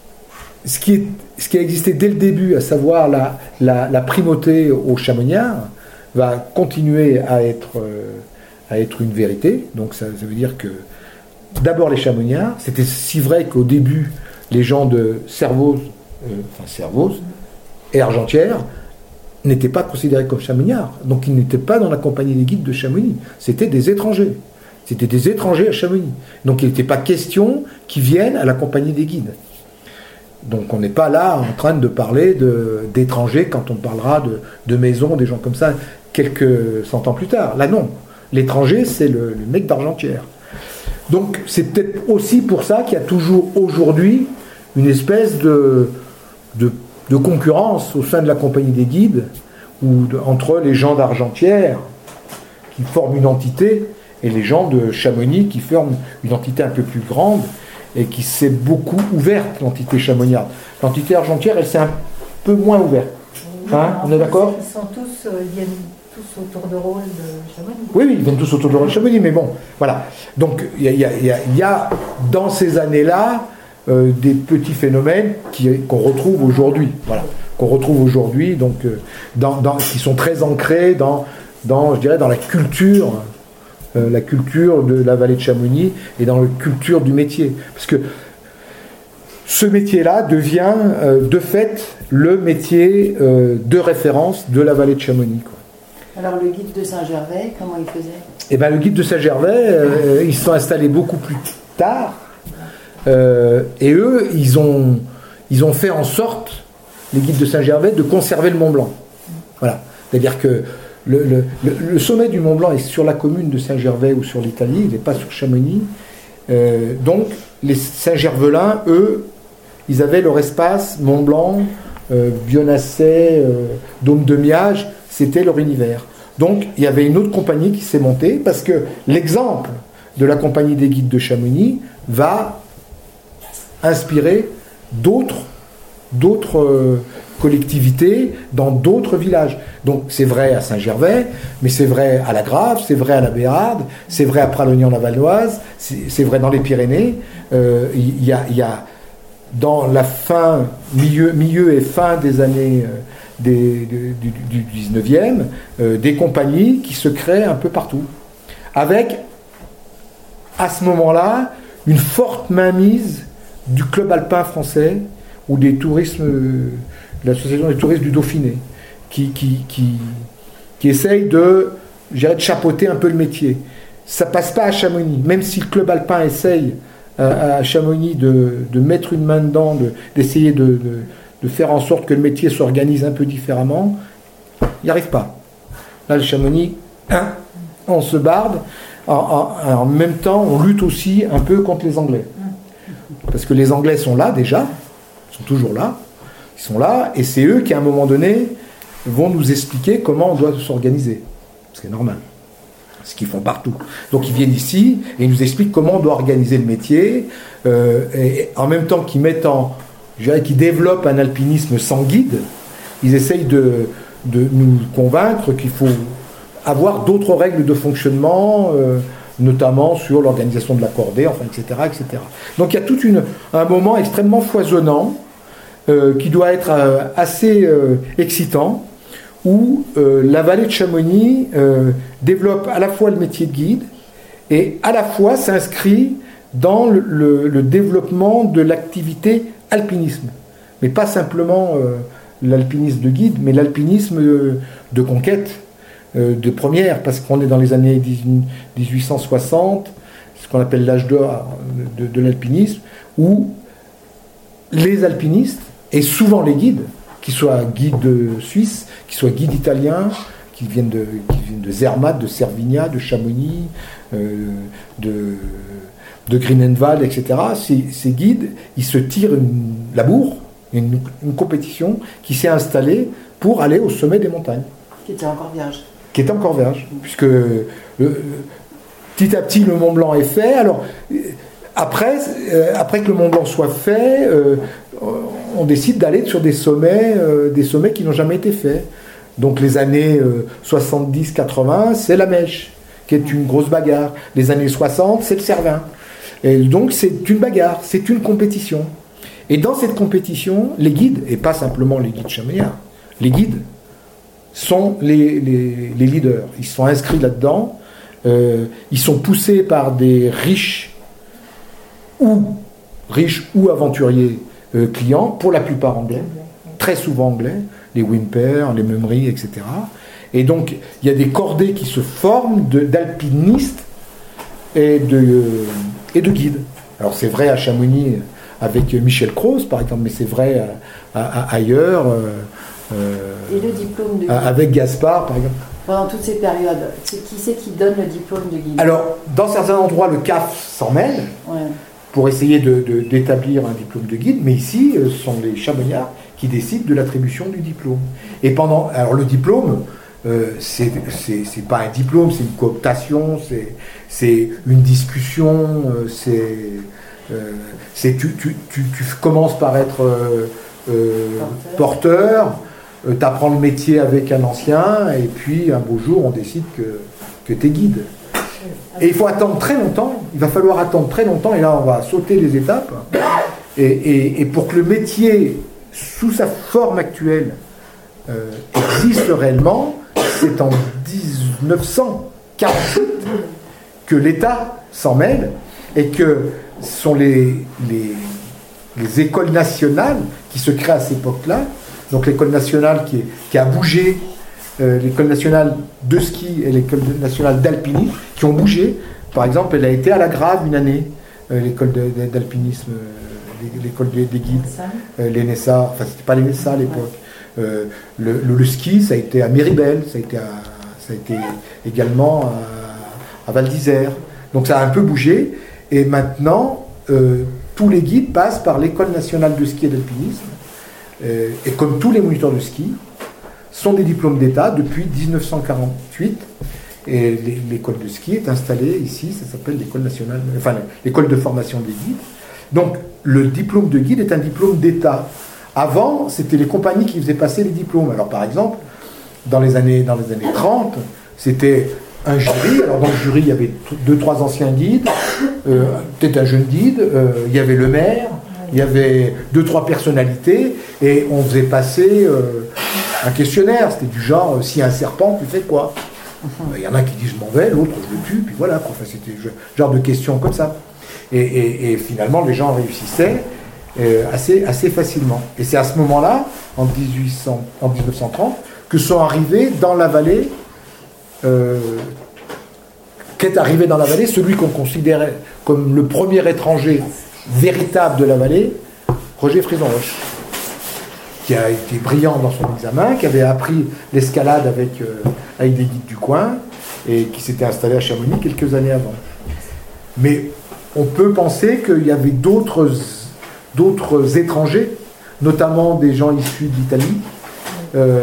ce, qui est, ce qui a existé dès le début, à savoir la, la, la primauté aux chamoniards, va continuer à être, euh, à être une vérité. Donc ça, ça veut dire que d'abord les chamoniards, c'était si vrai qu'au début, les gens de Servoz, euh, enfin Servoz et Argentière, n'étaient pas considérés comme chamoniards. Donc ils n'étaient pas dans la compagnie des guides de Chamonix. C'était des étrangers. C'était des étrangers à Chamonix. Donc il n'était pas question qu'ils viennent à la compagnie des guides. Donc on n'est pas là en train de parler de, d'étrangers quand on parlera de, de maisons, des gens comme ça, quelques cent ans plus tard. Là non. L'étranger, c'est le, le mec d'Argentière. Donc c'est peut-être aussi pour ça qu'il y a toujours aujourd'hui une espèce de... de de concurrence au sein de la compagnie des guides, ou de, entre les gens d'Argentière, qui forment une entité, et les gens de Chamonix, qui forment une entité un peu plus grande, et qui s'est beaucoup ouverte, l'entité chamoniarde. L'entité Argentière, elle s'est un peu moins ouverte. Hein, on est d'accord ? Ils sont tous, euh, ils viennent tous autour de rôle de Chamonix. Oui, oui, ils viennent tous autour de rôle de Chamonix, mais bon, voilà. Donc, il y a, y a, y a, y a dans ces années-là, Euh, des petits phénomènes qui, qu'on retrouve aujourd'hui, voilà, qu'on retrouve aujourd'hui, donc euh, dans, dans, qui sont très ancrés dans, dans, je dirais, dans la culture, euh, la culture de la vallée de Chamonix et dans la culture du métier, parce que ce métier-là devient euh, de fait le métier euh, de référence de la vallée de Chamonix, quoi. Alors le guide de Saint-Gervais, comment il faisait ? Eh ben le guide de Saint-Gervais, euh, ils se sont installés beaucoup plus tard. Euh, et eux, ils ont, ils ont fait en sorte, les guides de Saint-Gervais, de conserver le Mont Blanc. Voilà. C'est-à-dire que le, le, le, le sommet du Mont Blanc est sur la commune de Saint-Gervais ou sur l'Italie, il n'est pas sur Chamonix. Euh, donc, les Saint-Gervelins, eux, ils avaient leur espace, Mont Blanc, euh, Bionasset, euh, Dôme de Miage, c'était leur univers. Donc, il y avait une autre compagnie qui s'est montée, parce que l'exemple de la compagnie des guides de Chamonix va inspirer d'autres, d'autres euh, collectivités dans d'autres villages. Donc c'est vrai à Saint-Gervais, mais c'est vrai à La Grave, c'est vrai à la Béarde, c'est vrai à Pralognan-la-Vanoise, c'est, c'est vrai dans les Pyrénées. Euh, il y a, il y a dans la fin, milieu, milieu et fin des années euh, des, du, du dix-neuvième, euh, des compagnies qui se créent un peu partout. Avec, à ce moment-là, une forte mainmise du club alpin français ou des tourismes, euh, de l'association des touristes du Dauphiné, qui, qui, qui, qui essaye de, je dirais, de chapeauter un peu le métier. Ça passe pas à Chamonix, même si le club alpin essaye à Chamonix de, de mettre une main dedans, de, d'essayer de, de, de faire en sorte que le métier s'organise un peu différemment, il n'y arrive pas. Là, le Chamonix, hein, on se barde. En, en, en même temps, on lutte aussi un peu contre les Anglais. Parce que les Anglais sont là déjà, ils sont toujours là, ils sont là, et c'est eux qui, à un moment donné, vont nous expliquer comment on doit s'organiser. C'est normal. Ce qu'ils font partout. Donc ils viennent ici et ils nous expliquent comment on doit organiser le métier, euh, et en même temps qu'ils mettent en, je dirais, qu'ils développent un alpinisme sans guide, ils essayent de, de nous convaincre qu'il faut avoir d'autres règles de fonctionnement, euh, notamment sur l'organisation de la cordée, enfin, et cetera, et cetera. Donc il y a tout une, un moment extrêmement foisonnant euh, qui doit être euh, assez euh, excitant, où euh, la vallée de Chamonix euh, développe à la fois le métier de guide et à la fois s'inscrit dans le, le, le développement de l'activité alpinisme. Mais pas simplement euh, l'alpinisme de guide, mais l'alpinisme de, de conquête, euh, de première, parce qu'on est dans les années dix-huit cent soixante, ce qu'on appelle l'âge d'or de, de, de l'alpinisme, où les alpinistes, et souvent les guides, qu'ils soient guides suisses, qu'ils soient guides italiens, qui viennent de, qui viennent de Zermatt, de Cervinia, de Chamonix, euh, de, de Grünenwald, et cetera. Ces, ces guides, ils se tirent une, la bourre, une, une compétition qui s'est installée pour aller au sommet des montagnes. Qui était encore vierge. Qui était encore vierge, puisque euh, petit à petit le Mont Blanc est fait. Alors, après, euh, après que le Mont Blanc soit fait, euh, on décide d'aller sur des sommets, euh, des sommets qui n'ont jamais été faits. Donc les années euh, soixante-dix quatre-vingts, c'est la Mèche, qui est une grosse bagarre. Les années soixante, c'est le Cervin. Et donc c'est une bagarre, c'est une compétition. Et dans cette compétition, les guides, et pas simplement les guides chamonniards, les guides sont les, les, les leaders. Ils sont inscrits là-dedans, euh, ils sont poussés par des riches ou, riches ou aventuriers Euh, clients, pour la plupart anglais, très souvent anglais, les Whymper, les Mummery, et cetera. Et donc, il y a des cordées qui se forment de, d'alpinistes et de, euh, et de guides. Alors, c'est vrai à Chamonix avec Michel Croze, par exemple, mais c'est vrai à, à, à ailleurs. Euh, et le diplôme de guide avec Gaspard, par exemple. Pendant toutes ces périodes, c'est qui c'est qui donne le diplôme de guide? Alors, dans certains endroits, le C A F s'en mêle. Ouais. Pour essayer de, de, d'établir un diplôme de guide, mais ici, ce sont les chamonniards qui décident de l'attribution du diplôme. Et pendant, alors le diplôme, euh, c'est, c'est, c'est pas un diplôme, c'est une cooptation, c'est, c'est une discussion, euh, c'est, euh, c'est tu, tu, tu, tu commences par être euh, euh, porteur, euh, tu apprends le métier avec un ancien, et puis un beau jour, on décide que, que tu es guide. Et il faut attendre très longtemps, il va falloir attendre très longtemps, et là on va sauter les étapes. Et, et, et pour que le métier, sous sa forme actuelle, euh, existe réellement, c'est en dix-neuf cent quarante-huit que l'État s'en mêle, et que ce sont les, les, les écoles nationales qui se créent à cette époque-là. Donc l'école nationale qui, est, qui a bougé, Euh, l'école nationale de ski et l'école nationale d'alpinisme qui ont bougé. Par exemple, elle a été à La Grave une année, euh, l'école de, de, d'alpinisme, euh, l'école des, des guides, euh, l'E N E S A, enfin c'était pas l'E N E S A à l'époque. Euh, le, le, le ski, ça a été à Méribel, ça a été, à, ça a été également à, à Val d'Isère. Donc ça a un peu bougé. Et maintenant, euh, tous les guides passent par l'école nationale de ski et d'alpinisme. Euh, et comme tous les moniteurs de ski, sont des diplômes d'État depuis dix-neuf cent quarante-huit, Et l'école de ski est installée ici, ça s'appelle l'école nationale, enfin l'école de formation des guides. Donc le diplôme de guide est un diplôme d'État. Avant, c'était les compagnies qui faisaient passer les diplômes. Alors par exemple, dans les années, dans les années trente, c'était un jury. Alors dans le jury, il y avait deux, trois anciens guides, euh, peut-être un jeune guide, euh, il y avait le maire, il y avait deux, trois personnalités, et on faisait passer euh, un questionnaire. C'était du genre, euh, s'il y a un serpent, tu fais quoi ? Il y en a qui disent je m'en vais, l'autre je le tue, puis voilà. Enfin, c'était ce genre de questions comme ça. Et, et, et finalement, les gens réussissaient euh, assez, assez facilement. Et c'est à ce moment-là, en, dix-huit cents, en dix-neuf cent trente, que sont arrivés dans la vallée, euh, qu'est arrivé dans la vallée celui qu'on considérait comme le premier étranger véritable de la vallée, Roger Frison-Roche, qui a été brillant dans son examen, qui avait appris l'escalade avec, euh, avec des guides du coin, et qui s'était installé à Chamonix quelques années avant. Mais on peut penser qu'il y avait d'autres, d'autres étrangers, notamment des gens issus d'Italie, euh,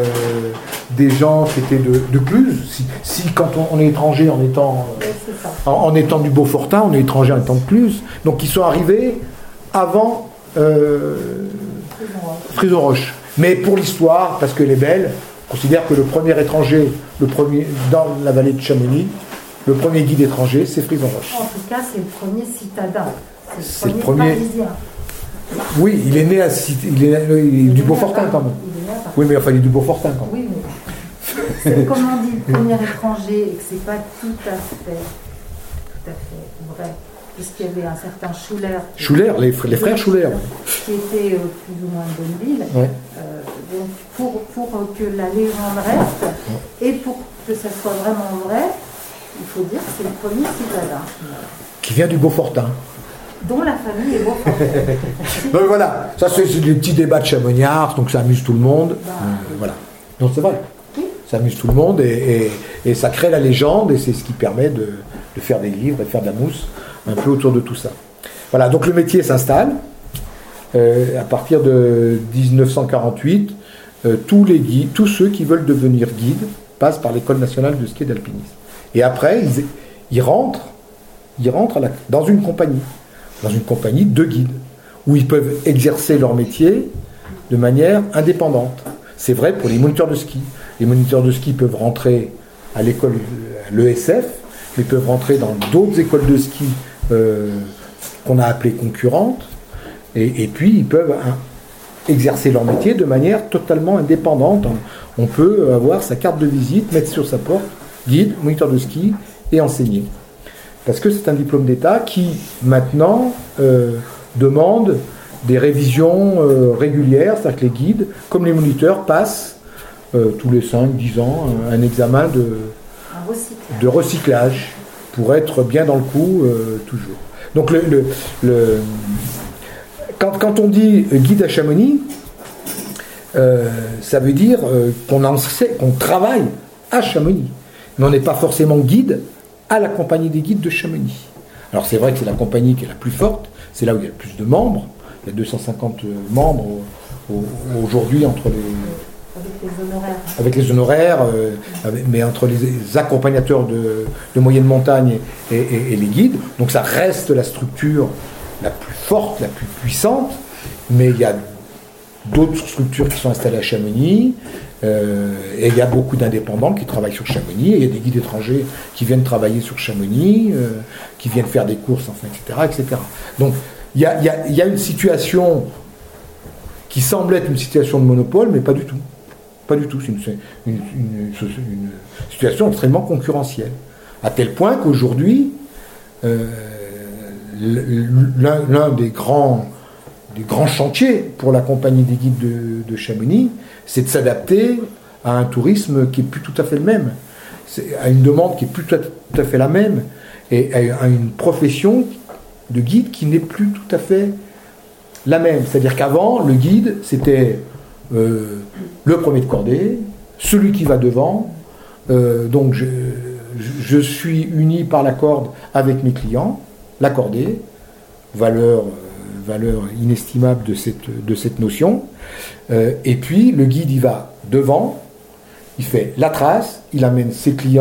des gens qui étaient de, de Cluse. Si, si quand on, on est étranger en étant, en, en étant du Beaufortin, on est étranger en étant de Cluse. Donc ils sont arrivés avant euh, Frison-Roche. Mais pour l'histoire, parce qu'elle est belle, on considère que le premier étranger, le premier dans la vallée de Chamonix, le premier guide étranger, c'est Frison-Roche. En tout cas, c'est le premier citadin. C'est le le premier, premier parisien. Oui, il est né à il est, il est du Beaufortin quand même. Oui, mais enfin, il est du Beaufortin quand même. Oui, mais c'est comme on dit, le premier étranger, et que c'est pas tout à fait, tout à fait vrai. Puisqu'il y avait un certain Schuller. Schuller, les, les frères Schuller. Qui était euh, plus ou moins de Bonneville. Ouais. Euh, donc, pour, pour que la légende reste, ouais. Et pour que ça soit vraiment vrai, il faut dire que c'est le premier citadin. Qui vient du Beaufortin. Dont la famille est Beaufortin. Donc voilà, ça c'est, c'est des petits débats de chamonniards, donc ça amuse tout le monde. Bah, euh, voilà. Donc c'est vrai. Oui. Ça amuse tout le monde et, et, et ça crée la légende et c'est ce qui permet de, de faire des livres et de faire de la mousse un peu autour de tout ça. Voilà, donc le métier s'installe. Euh, à partir de dix-neuf cent quarante-huit, euh, tous les guides, tous ceux qui veulent devenir guides passent par l'école nationale de ski et d'alpinisme. Et après, ils, ils rentrent, ils rentrent à la, dans une compagnie, dans une compagnie de guides, où ils peuvent exercer leur métier de manière indépendante. C'est vrai pour les moniteurs de ski. Les moniteurs de ski peuvent rentrer à l'école, à l'E S F, ils peuvent rentrer dans d'autres écoles de ski euh, qu'on a appelées concurrentes, et, et puis ils peuvent hein, exercer leur métier de manière totalement indépendante. On peut avoir sa carte de visite, mettre sur sa porte, guide, moniteur de ski, et enseigner. Parce que c'est un diplôme d'État qui, maintenant, euh, demande des révisions euh, régulières, c'est-à-dire que les guides, comme les moniteurs, passent euh, tous les cinq dix ans un, un examen de, un recyclage. de recyclage pour être bien dans le coup euh, toujours. Donc le, le, le, quand, quand on dit guide à Chamonix, euh, ça veut dire euh, qu'on, en sait, qu'on travaille à Chamonix. Mais on n'est pas forcément guide à la compagnie des guides de Chamonix. Alors c'est vrai que c'est la compagnie qui est la plus forte, c'est là où il y a le plus de membres, il y a deux cent cinquante membres au, au, aujourd'hui entre les... Avec les honoraires. Avec les honoraires, euh, avec, mais entre les accompagnateurs de, de moyenne montagne et, et, et les guides, donc ça reste la structure la plus forte, la plus puissante, mais il y a d'autres structures qui sont installées à Chamonix, euh, et il y a beaucoup d'indépendants qui travaillent sur Chamonix, et il y a des guides étrangers qui viennent travailler sur Chamonix, euh, qui viennent faire des courses, enfin, et cetera, et cetera. Donc il y a, il y a, il y a une situation qui semble être une situation de monopole, mais pas du tout. Pas du tout, c'est une, une, une, une situation extrêmement concurrentielle. À tel point qu'aujourd'hui, euh, l'un, l'un des grands des grands chantiers pour la compagnie des guides de, de Chamonix, c'est de s'adapter à un tourisme qui n'est plus tout à fait le même, c'est à une demande qui n'est plus tout à, tout à fait la même, et à une profession de guide qui n'est plus tout à fait la même. C'est-à-dire qu'avant, le guide, c'était euh, le premier de cordée, celui qui va devant, euh, donc je, je suis uni par la corde avec mes clients, la cordée, valeur... valeur inestimable de cette, de cette notion. Euh, et puis, le guide, il va devant, il fait la trace, il amène ses clients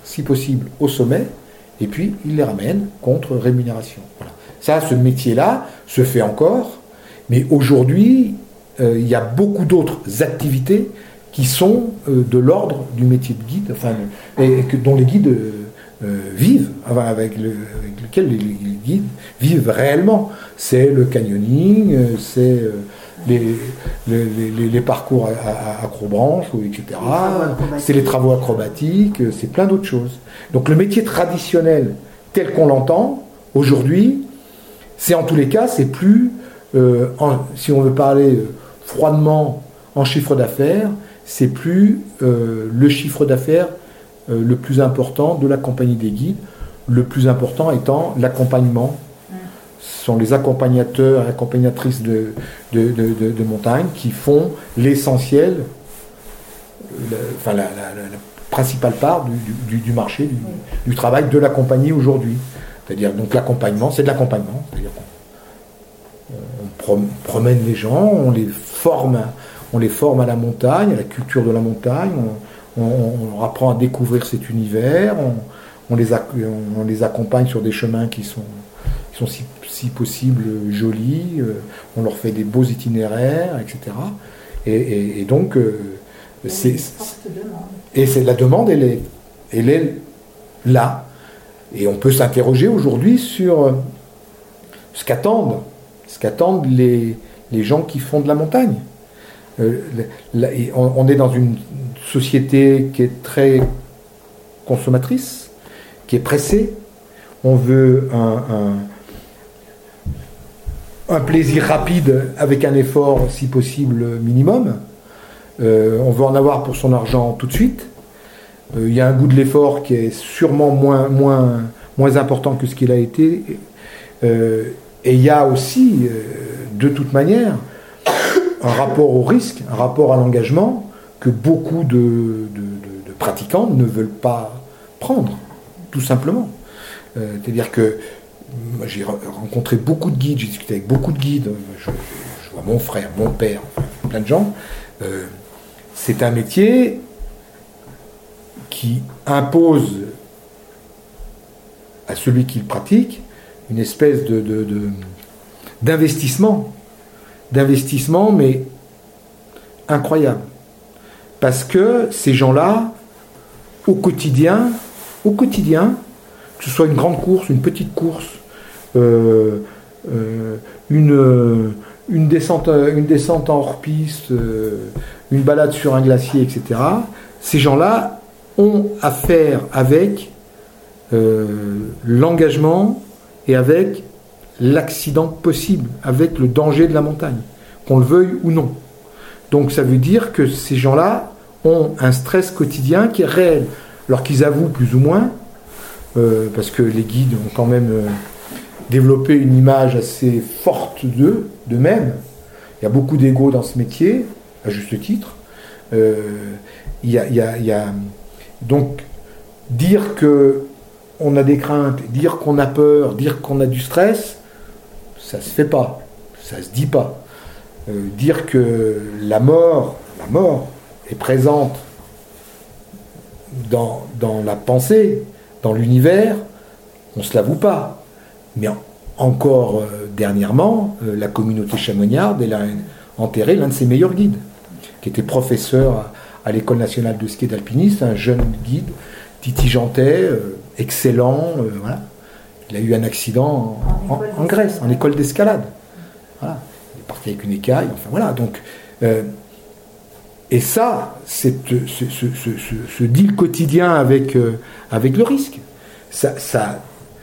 si possible, au sommet, et puis ils les ramènent contre rémunération. Voilà. Ça, ce métier-là se fait encore, mais aujourd'hui, euh, il y a beaucoup d'autres activités qui sont euh, de l'ordre du métier de guide, enfin, et, et que, dont les guides euh, euh, vivent, enfin, avec, le, avec lequel les, les guides vivent réellement. C'est le canyoning, euh, c'est euh, les, les, les, les parcours à, à, à acrobranche, et cetera. C'est les travaux acrobatiques, c'est plein d'autres choses. Donc le métier traditionnel tel qu'on l'entend aujourd'hui, c'est en tous les cas, c'est plus, euh, en, si on veut parler euh, froidement en chiffre d'affaires, c'est plus euh, le chiffre d'affaires euh, le plus important de la compagnie des guides, le plus important étant l'accompagnement. Ce sont les accompagnateurs et accompagnatrices de, de, de, de, de montagne qui font l'essentiel, la, enfin la, la, la, la principale part du, du, du marché, du, du travail de la compagnie aujourd'hui. C'est-à-dire, donc l'accompagnement, c'est de l'accompagnement. C'est-à-dire qu'on on promène les gens, on les forme, on les forme à la montagne, à la culture de la montagne, on, on, on leur apprend à découvrir cet univers, on, on, les, on les accompagne sur des chemins qui sont, qui sont si, si possible jolis, on leur fait des beaux itinéraires, et cetera. Et, et, et donc, c'est, et c'est la demande, elle est, elle est là. Et on peut s'interroger aujourd'hui sur ce qu'attendent, ce qu'attendent les, les gens qui font de la montagne. Euh, là, on, on est dans une société qui est très consommatrice, qui est pressée. On veut un, un, un plaisir rapide avec un effort, si possible, minimum. Euh, on veut en avoir pour son argent tout de suite. Il euh, y a un goût de l'effort qui est sûrement moins, moins, moins important que ce qu'il a été. Euh, et il y a aussi, euh, de toute manière, un rapport au risque, un rapport à l'engagement que beaucoup de, de, de, de pratiquants ne veulent pas prendre, tout simplement. Euh, c'est-à-dire que moi, j'ai rencontré beaucoup de guides, j'ai discuté avec beaucoup de guides, je, je vois mon frère, mon père, enfin, plein de gens. Euh, c'est un métier qui impose à celui qui le pratique une espèce de, de, de, d'investissement, d'investissement, mais incroyable. Parce que ces gens-là, au quotidien, au quotidien, que ce soit une grande course, une petite course, euh, euh, une, une, descente, une descente en hors-piste, euh, une balade sur un glacier, et cetera, ces gens-là ont à faire avec euh, l'engagement et avec l'accident possible, avec le danger de la montagne, qu'on le veuille ou non. Donc ça veut dire que ces gens-là ont un stress quotidien qui est réel, alors qu'ils avouent plus ou moins, euh, parce que les guides ont quand même euh, développé une image assez forte d'eux, d'eux-mêmes. Il y a beaucoup d'ego dans ce métier, à juste titre. Euh, il y a, il y a, il y a Donc, dire qu'on a des craintes, dire qu'on a peur, dire qu'on a du stress, ça ne se fait pas, ça ne se dit pas. Euh, dire que la mort, la mort est présente dans, dans la pensée, dans l'univers, on ne se l'avoue pas. Mais en, encore euh, dernièrement, euh, la communauté chamoniarde, elle a enterré l'un de ses meilleurs guides, qui était professeur à, à l'École nationale de ski et d'alpinisme, un jeune guide, Titi Jantet, euh, excellent, euh, voilà. Il a eu un accident en, en, en Grèce, en école d'escalade. Voilà. Il est parti avec une écaille, enfin voilà. Donc, euh, et ça, c'est ce, ce, ce, ce, ce deal quotidien avec, euh, avec le risque. Ça, ça,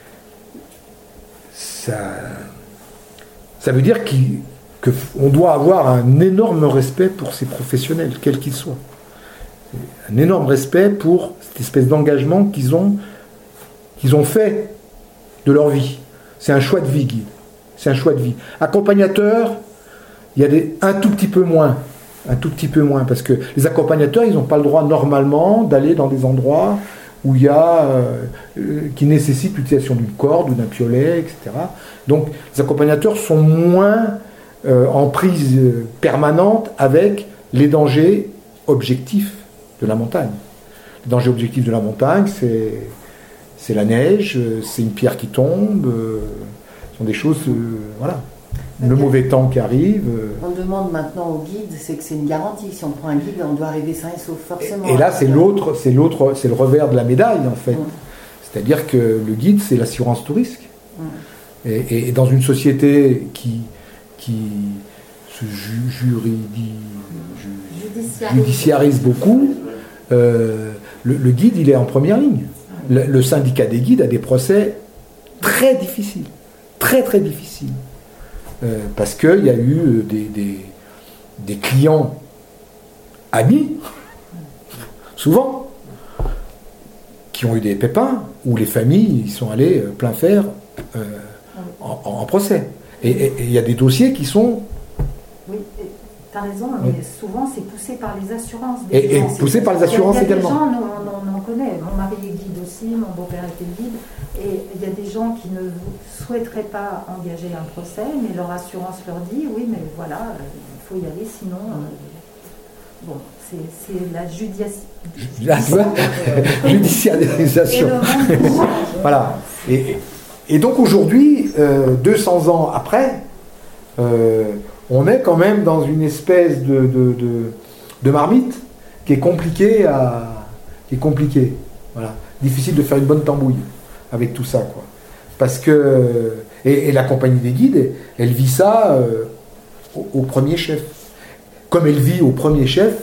ça, ça veut dire qu'on doit avoir un énorme respect pour ces professionnels, quels qu'ils soient. Un énorme respect pour cette espèce d'engagement qu'ils ont, qu'ils ont fait de leur vie. C'est un choix de vie, guide. C'est un choix de vie. Accompagnateur, il y a des, un tout petit peu moins. Un tout petit peu moins. Parce que les accompagnateurs, ils n'ont pas le droit normalement d'aller dans des endroits où il y a, euh, qui nécessitent l'utilisation d'une corde ou d'un piolet, et cetera. Donc, les accompagnateurs sont moins euh, en prise permanente avec les dangers objectifs de la montagne. le danger objectif de la montagne, c'est, c'est la neige, c'est une pierre qui tombe, euh, ce sont des choses, euh, voilà. Le mauvais temps qui arrive. Euh. On demande maintenant au guide, c'est que c'est une garantie. Si on prend un guide, on doit arriver sain et sauf forcément. Et, et là, c'est l'autre, c'est l'autre, c'est le revers de la médaille en fait. Mmh. C'est-à-dire que le guide, c'est l'assurance tout risque. Mmh. Et, et, et dans une société qui, qui se ju, juridi, ju, judiciarise. judiciarise beaucoup, euh, le, le guide, il est en première ligne. Le, le syndicat des guides a des procès très difficiles, très très difficiles. Euh, parce qu'il y a eu des, des, des clients amis, souvent, qui ont eu des pépins, où les familles ils sont allées plein fer euh, en, en procès. Et il y a des dossiers qui sont... Oui, tu as raison, mais oui. souvent c'est poussé par les assurances. Des et, et poussé par les assurances il y a, il y a également. Des gens, on, on, on en connaît. Mon mari est guide aussi, mon beau-père était guide. Et il y a des gens qui ne souhaiteraient pas engager un procès, mais leur assurance leur dit oui, mais voilà, il faut y aller, sinon. Euh, bon, c'est, c'est la judici... judiciarisation. Voilà. Et, et donc aujourd'hui, euh, deux cents ans après, euh, on est quand même dans une espèce de, de, de, de marmite qui est compliquée à, qui est compliquée. Voilà. Difficile de faire une bonne tambouille avec tout ça, quoi. Parce que et, et la compagnie des guides, elle, elle vit ça euh, au, au premier chef. Comme elle vit au premier chef,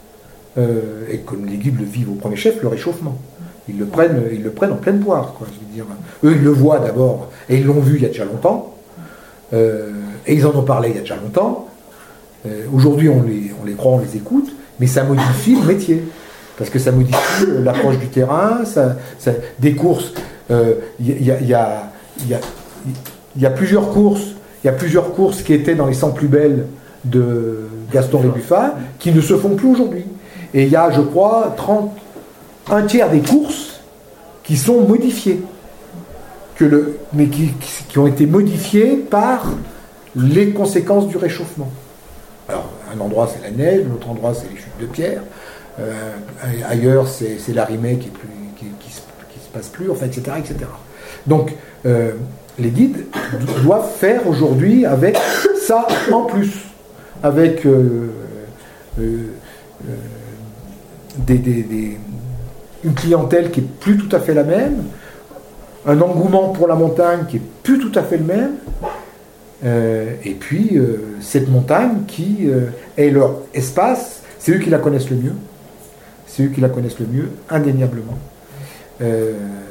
euh, et comme les guides le vivent au premier chef, le réchauffement. Ils le prennent, ils le prennent en pleine poire, quoi. Je veux dire, eux, ils le voient d'abord, et ils l'ont vu il y a déjà longtemps. Euh, et ils en ont parlé il y a déjà longtemps. Euh, aujourd'hui, on les, on les croit, on les écoute, mais ça modifie le métier. Parce que ça modifie l'approche du terrain, ça, ça, des courses. Il euh, y, y, a, y, a, y, a, y a plusieurs courses, il y a plusieurs courses qui étaient dans les cent plus belles de Gaston Rébuffat, qui ne se font plus aujourd'hui. Et il y a, je crois, trente, un tiers des courses qui sont modifiées. Que le, mais qui, qui ont été modifiées par les conséquences du réchauffement. Alors, un endroit c'est la neige, l'autre endroit c'est les chutes de pierre, euh, ailleurs c'est, c'est l'arrimée qui, est plus, qui, qui, se, qui se passe plus, enfin, et cetera, et cetera. Donc, euh, les guides doivent faire aujourd'hui avec ça en plus, avec euh, euh, euh, des, des, des, une clientèle qui est plus tout à fait la même, un engouement pour la montagne qui est plus tout à fait le même, euh, et puis euh, cette montagne qui euh, est leur espace, c'est eux qui la connaissent le mieux, c'est eux qui la connaissent le mieux, indéniablement. Euh,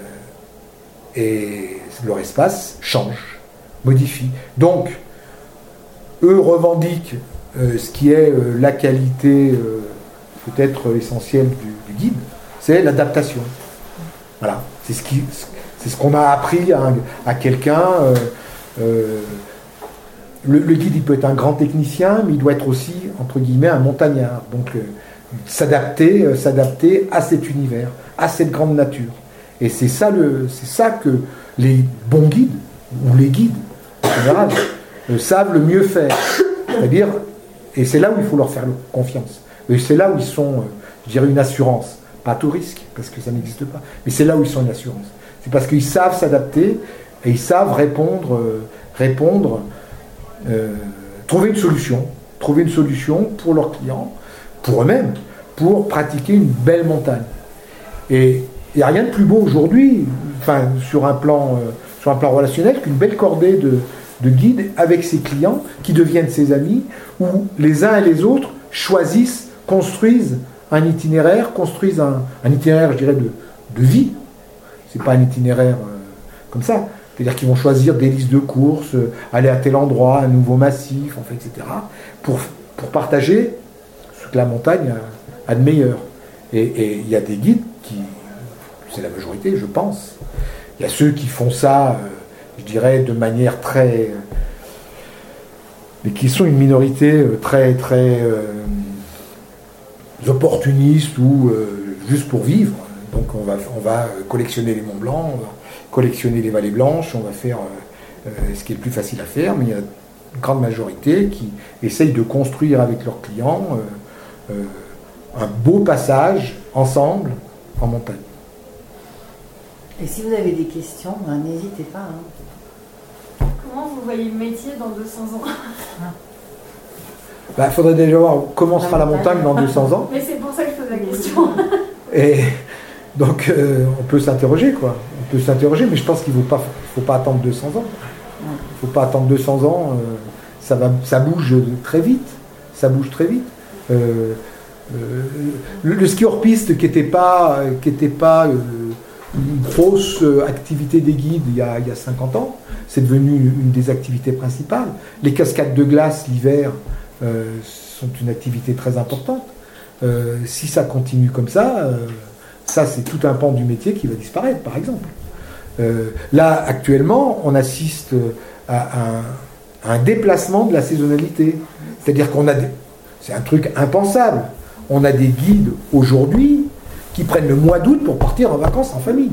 et leur espace change, modifie. Donc, eux revendiquent euh, ce qui est euh, la qualité euh, peut-être essentielle du, du guide, c'est l'adaptation. Voilà, c'est ce qui... C'est ce qu'on a appris à, à quelqu'un. Euh, euh, le, le guide, il peut être un grand technicien, mais il doit être aussi, entre guillemets, un montagnard. Donc, euh, s'adapter, euh, s'adapter à cet univers, à cette grande nature. Et c'est ça, le, c'est ça que les bons guides, ou les guides, en général, euh, savent le mieux faire. C'est-à-dire, et c'est là où il faut leur faire confiance. Et c'est là où ils sont, euh, je dirais, une assurance. Pas tout risque, parce que ça n'existe pas. Mais c'est là où ils sont une assurance. C'est parce qu'ils savent s'adapter et ils savent répondre, euh, répondre euh, trouver une solution, trouver une solution pour leurs clients, pour eux-mêmes, pour pratiquer une belle montagne. Et il n'y a rien de plus beau aujourd'hui, enfin, sur un plan, euh, sur un plan relationnel, qu'une belle cordée de, de guides avec ses clients qui deviennent ses amis, où les uns et les autres choisissent, construisent un itinéraire, construisent un, un itinéraire, je dirais, de, de vie. C'est pas un itinéraire euh, comme ça. C'est-à-dire qu'ils vont choisir des listes de courses, euh, aller à tel endroit, un nouveau massif, en fait, et cetera, pour, pour partager ce que la montagne a, a de meilleur. Et il y a des guides qui, c'est la majorité, je pense. Il y a ceux qui font ça, euh, je dirais, de manière très... Euh, mais qui sont une minorité euh, très, très euh, opportuniste ou euh, juste pour vivre. Donc on va, on va collectionner les monts blancs, on va collectionner les vallées blanches, on va faire euh, ce qui est le plus facile à faire, mais il y a une grande majorité qui essayent de construire avec leurs clients euh, euh, un beau passage ensemble en montagne. Et si vous avez des questions, ben, n'hésitez pas. Hein. Comment vous voyez le métier dans deux cents ans? Il bah, faudrait déjà voir comment sera la montagne dans deux cents ans. Mais c'est pour ça que je pose la question. Et donc, euh, on peut s'interroger, quoi. On peut s'interroger, mais je pense qu'il ne faut pas, faut pas attendre deux cents ans. Il ne faut pas attendre deux cents ans. Euh, ça, va, ça bouge très vite. Ça bouge très vite. Euh, euh, le, le ski hors piste, qui n'était pas, qui était pas euh, une grosse activité des guides il y a, il y a cinquante ans, c'est devenu une des activités principales. Les cascades de glace l'hiver euh, sont une activité très importante. Euh, si ça continue comme ça, euh, ça c'est tout un pan du métier qui va disparaître, par exemple. Euh, là, actuellement, on assiste à un, à un déplacement de la saisonnalité. C'est-à-dire qu'on a des... C'est un truc impensable. On a des guides aujourd'hui qui prennent le mois d'août pour partir en vacances en famille.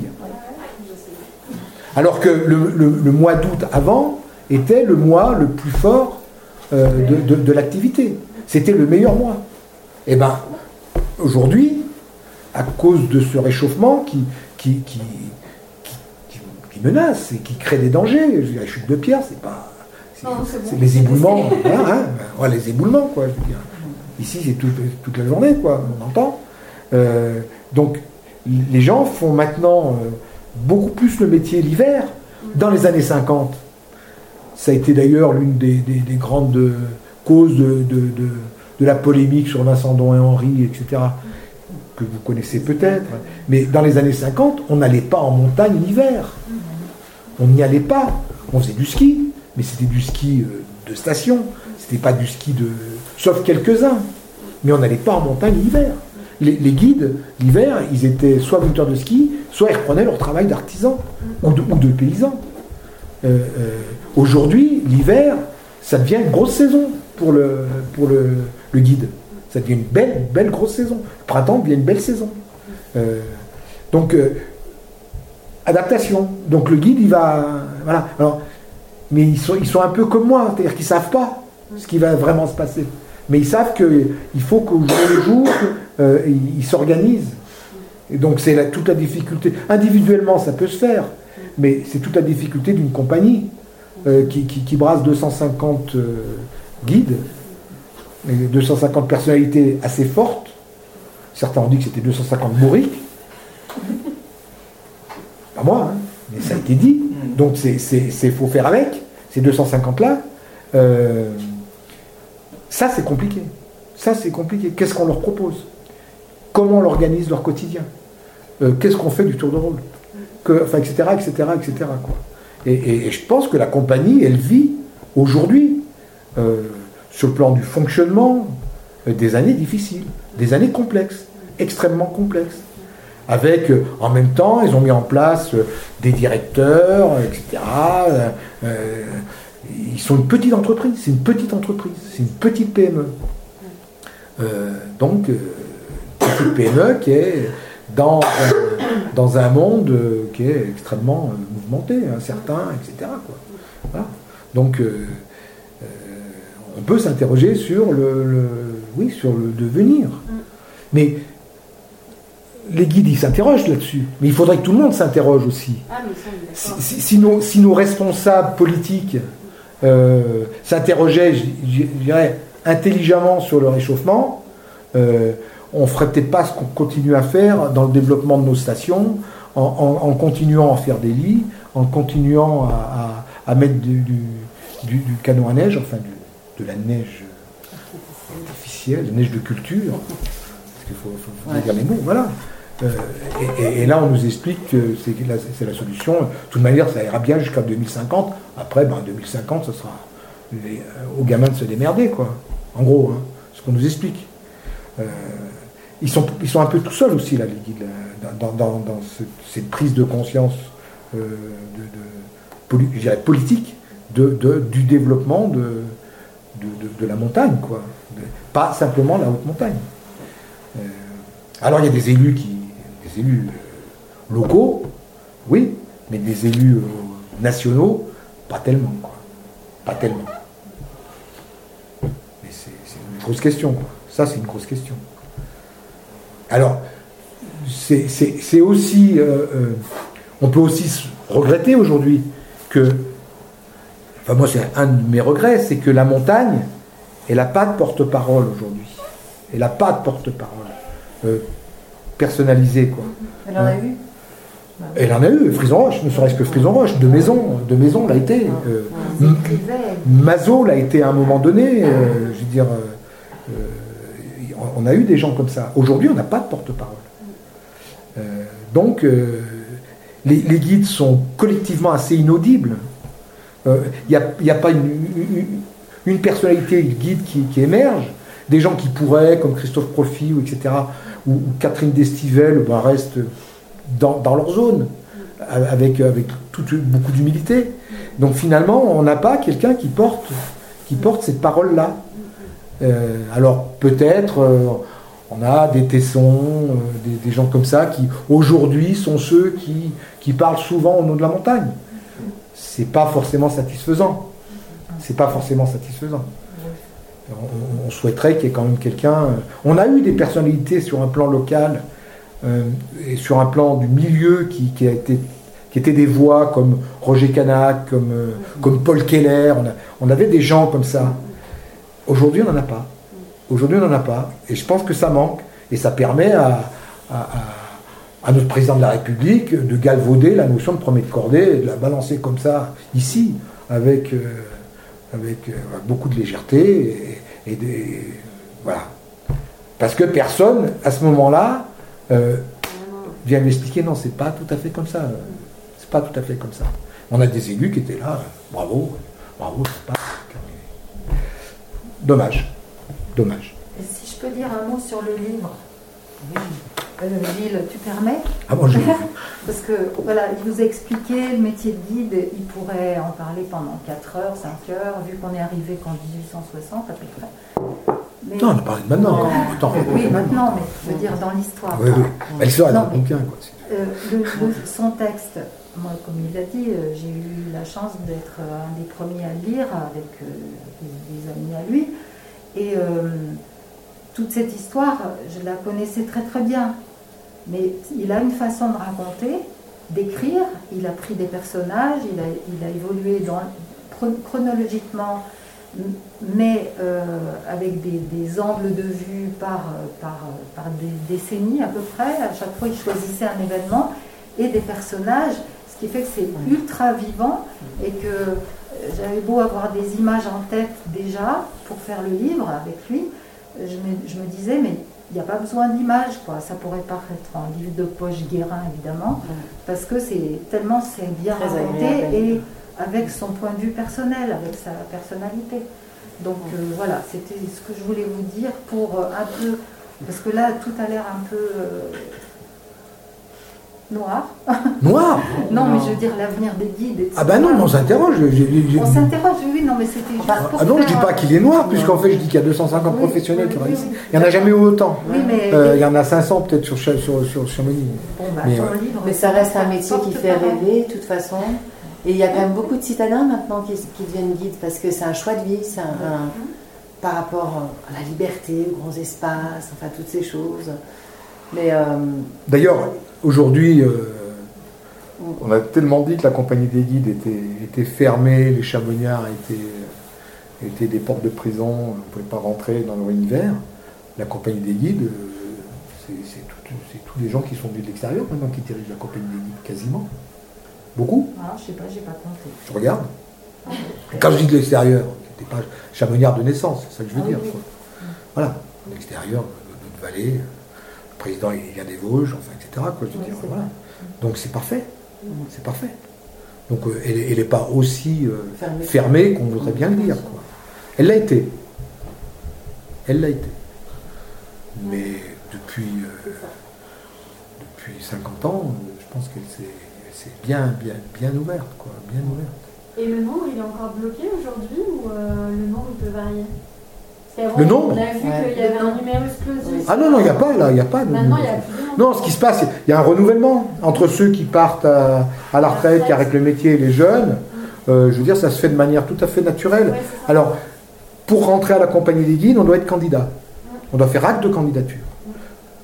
Alors que le, le, le mois d'août avant était le mois le plus fort euh, de, de, de l'activité. C'était le meilleur mois. Et bien, aujourd'hui, à cause de ce réchauffement qui, qui, qui, qui, qui, qui menace et qui crée des dangers, la chute de pierre, c'est pas... C'est, non, c'est c'est bon. les éboulements. Hein, hein, ouais, les éboulements, quoi. Je veux dire. Ici, c'est toute, toute la journée, quoi. On entend. Euh, donc, les gens font maintenant euh, beaucoup plus le métier l'hiver. Dans les années cinquante, ça a été d'ailleurs l'une des, des, des grandes causes de, de, de, de la polémique sur Vincent Don et Henry, et cetera, que vous connaissez peut-être. Mais dans les années cinquante, on n'allait pas en montagne l'hiver. On n'y allait pas. On faisait du ski, mais c'était du ski de station. C'était pas du ski de... Sauf quelques-uns. Mais on n'allait pas en montagne l'hiver. Les, les guides, l'hiver, ils étaient soit moteurs de ski, soit ils reprenaient leur travail d'artisan ou de, ou de paysan. Euh, euh, aujourd'hui, l'hiver, ça devient une grosse saison pour le, pour le, le guide. Ça devient une belle, belle grosse saison. Le printemps devient une belle saison. Euh, donc, euh, adaptation. Donc le guide, il va... Voilà. Alors, mais ils sont, ils sont un peu comme moi, c'est-à-dire qu'ils ne savent pas ce qui va vraiment se passer. Mais ils savent qu'il faut qu'au jour le jour, euh, ils, ils s'organisent. Et donc c'est la, toute la difficulté. Individuellement, ça peut se faire, mais c'est toute la difficulté d'une compagnie euh, qui, qui, qui brasse deux cent cinquante euh, guides, et deux cent cinquante personnalités assez fortes. Certains ont dit que c'était deux cent cinquante bourriques. Pas moi, hein, mais ça a été dit. Donc c'est, c'est, c'est faut faire avec ces deux cent cinquante-là. Euh, ça c'est compliqué. Ça c'est compliqué. Qu'est-ce qu'on leur propose? Comment on organise leur quotidien? euh, Qu'est-ce qu'on fait du tour de rôle? que, Enfin, et cetera, et cetera, et cetera quoi. Et, et, et je pense que la compagnie, elle vit aujourd'hui, euh, sur le plan du fonctionnement, euh, des années difficiles, des années complexes, extrêmement complexes. Avec, euh, en même temps, ils ont mis en place euh, des directeurs, et cetera. Euh, euh, ils sont une petite entreprise, c'est une petite entreprise, c'est une petite P M E. Euh, donc, euh, petite P M E qui est dans, euh, dans un monde euh, qui est extrêmement euh, mouvementé, incertain, et cetera quoi. Voilà. Donc, euh, euh, on peut s'interroger sur le, le, oui, sur le devenir. Mais les guides, ils s'interrogent là-dessus. Mais il faudrait que tout le monde s'interroge aussi. Ah, mais ça, si, si, si, nos, si nos responsables politiques euh, s'interrogeaient, je, je dirais, intelligemment sur le réchauffement, euh, on ne ferait peut-être pas ce qu'on continue à faire dans le développement de nos stations, en, en, en continuant à faire des lits, en continuant à, à, à mettre du, du, du, du canon à neige, enfin du, de la neige artificielle, de neige de culture, parce qu'il faut, faut, faut ouais. dire les mots, voilà. Euh, et, et, et là, on nous explique que c'est la, c'est la solution. De toute manière, ça ira bien jusqu'à deux mille cinquante. Après, ben, deux mille cinquante, ce sera les, euh, aux gamins de se démerder, quoi. En gros, hein, ce qu'on nous explique. Euh, ils, sont, ils sont un peu tout seuls aussi, là, les guides, dans, dans, dans ce, cette prise de conscience euh, de, de, je dirais, politique de, de, du développement de, de, de, de la montagne, quoi. De, pas simplement la haute montagne. Euh, alors, il y a des élus qui des élus euh, locaux, oui, mais des élus euh, nationaux, pas tellement, quoi. Pas tellement. Mais c'est, c'est une grosse question, quoi. Ça, c'est une grosse question. Alors, c'est, c'est, c'est aussi, euh, euh, on peut aussi regretter aujourd'hui que, enfin moi c'est un de mes regrets, c'est que la montagne, elle n'a pas de porte-parole aujourd'hui. Elle n'a pas de porte-parole euh, personnalisée, quoi. Elle en a eu. Elle en a eu, Frison Roche, ne serait-ce que Frison Roche, de maison, de maison l'a été. Euh, Ils écrivaient. Mazot l'a été à un moment donné. Euh, je veux dire, euh, euh, on a eu des gens comme ça. Aujourd'hui, on n'a pas de porte-parole. Euh, donc, euh, les, les guides sont collectivement assez inaudibles. Il euh, n'y a, y a pas une, une, une personnalité guide qui, qui émerge. Des gens qui pourraient, comme Christophe Profit, ou et cetera, ou, ou Catherine Destivelle, ben, restent dans, dans leur zone, avec, avec toute, beaucoup d'humilité. Donc finalement, on n'a pas quelqu'un qui porte, qui porte cette parole-là. Euh, alors peut-être, euh, on a des Tessons, euh, des, des gens comme ça, qui aujourd'hui sont ceux qui, qui parlent souvent au nom de la montagne. C'est pas forcément satisfaisant. C'est pas forcément satisfaisant. On, on souhaiterait qu'il y ait quand même quelqu'un... On a eu des personnalités sur un plan local euh, et sur un plan du milieu qui, qui, a été, qui étaient des voix comme Roger Canac, comme, euh, comme Paul Keller. On, a, on avait des gens comme ça. Aujourd'hui, on n'en a pas. Aujourd'hui, on n'en a pas. Et je pense que ça manque. Et ça permet à, à, à, à notre président de la République de galvauder la notion de premier de cordée et de la balancer comme ça, ici, avec... Euh, avec euh, beaucoup de légèreté et, et des, voilà. Parce que personne, à ce moment-là, euh, vient m'expliquer non, c'est pas tout à fait comme ça. C'est pas tout à fait comme ça. On a des élus qui étaient là, bravo, bravo, c'est pas. Dommage, dommage. Et si je peux dire un mot sur le livre, oui. euh, Gilles, tu permets? Ah bon, j'ai Parce que voilà, il vous a expliqué le métier de guide, il pourrait en parler pendant quatre heures, cinq heures, vu qu'on est arrivé qu'en dix-huit cent soixante à peu près. Mais, non, on a parlé de maintenant. Euh, Attends, oui, maintenant, mais je veux dire dans l'histoire. Oui, oui. Bah, l'histoire est dans le mais, bouquin, quoi. Euh, le, le, son texte, moi, comme il l'a dit, euh, j'ai eu la chance d'être euh, un des premiers à le lire avec euh, des, des amis à lui. Et euh, toute cette histoire, je la connaissais très très bien. Mais il a une façon de raconter, d'écrire, il a pris des personnages, il a, il a évolué dans, chronologiquement, mais euh, avec des, des angles de vue par, par, par des décennies à peu près. À chaque fois, il choisissait un événement et des personnages, ce qui fait que c'est ultra vivant et que j'avais beau avoir des images en tête déjà pour faire le livre avec lui, je me, je me disais, mais il n'y a pas besoin d'images, quoi. Ça pourrait paraître en livre de poche Guérin, évidemment, parce que c'est tellement c'est bien très raconté agréable. et avec son point de vue personnel, avec sa personnalité. Donc euh, voilà, c'était ce que je voulais vous dire pour euh, un peu, parce que là tout a l'air un peu euh, noir. Noir. Non, mais je veux dire l'avenir des guides. et cetera. Ah ben non, mais on s'interroge. J'ai- j'ai- j'ai- On s'interroge, oui, non, mais c'était juste pour Ah non, je dis faire- pas qu'il est noir, puisqu'en fait, je dis qu'il y a deux cent cinquante Oui, professionnels oui, qui oui, travaillent ici. oui. Il n'y en a jamais eu autant. Oui, mais Euh, il y en a cinq cents peut-être sur, Cha- sur, sur Chamonix. bon, bah, mais, ton ouais. livre, Mais ça reste un métier qui fait porte-parole. rêver, de toute façon. Et il y a quand même beaucoup de citadins maintenant qui, qui deviennent guides parce que c'est un choix de vie, c'est un, un- par rapport à la liberté, aux grands espaces, enfin toutes ces choses. Mais euh, D'ailleurs, aujourd'hui, euh, on a tellement dit que la compagnie des guides était, était fermée, les chamonniards étaient, étaient des portes de prison, on ne pouvait pas rentrer dans leur univers. La compagnie des guides, euh, c'est c'est tout- c'est tous les gens qui sont venus de l'extérieur maintenant qui dirigent la compagnie des guides, quasiment. Beaucoup, Ah, je sais pas, j'ai pas compté. je regarde. Quand je dis de l'extérieur, c'était pas chamonniard de naissance, c'est ça que je veux Ah dire. oui, oui. quoi. Voilà, de l'extérieur, de notre vallée, le président il vient des Vosges, enfin, et cetera. Quoi, je veux Oui, dire, c'est voilà. vrai. Donc c'est parfait, c'est parfait. Donc euh, elle n'est pas aussi euh, Fermée. fermée qu'on voudrait bien le dire. Quoi. Elle l'a été. Elle l'a été. Mais depuis, euh, depuis cinquante ans, euh, je pense qu'elle s'est elle s'est bien, bien, bien ouverte. Quoi, bien ouverte. Et le nombre, il est encore bloqué aujourd'hui ou euh, le nombre il peut varier? Parce qu'avant, Le nombre on a vu Ouais. qu'il y avait un numerus clausus. Ah non, non, il n'y a pas là, il n'y a pas de. Maintenant, il n'y a plus de nombre. Non, ce qui se passe, il y a un renouvellement entre ceux qui partent à, à la retraite, qui arrêtent le métier, et les jeunes. Euh, je veux dire, ça se fait de manière tout à fait naturelle. Ouais, c'est ça. Alors, pour rentrer à la compagnie des guides, on doit être candidat. On doit faire acte de candidature.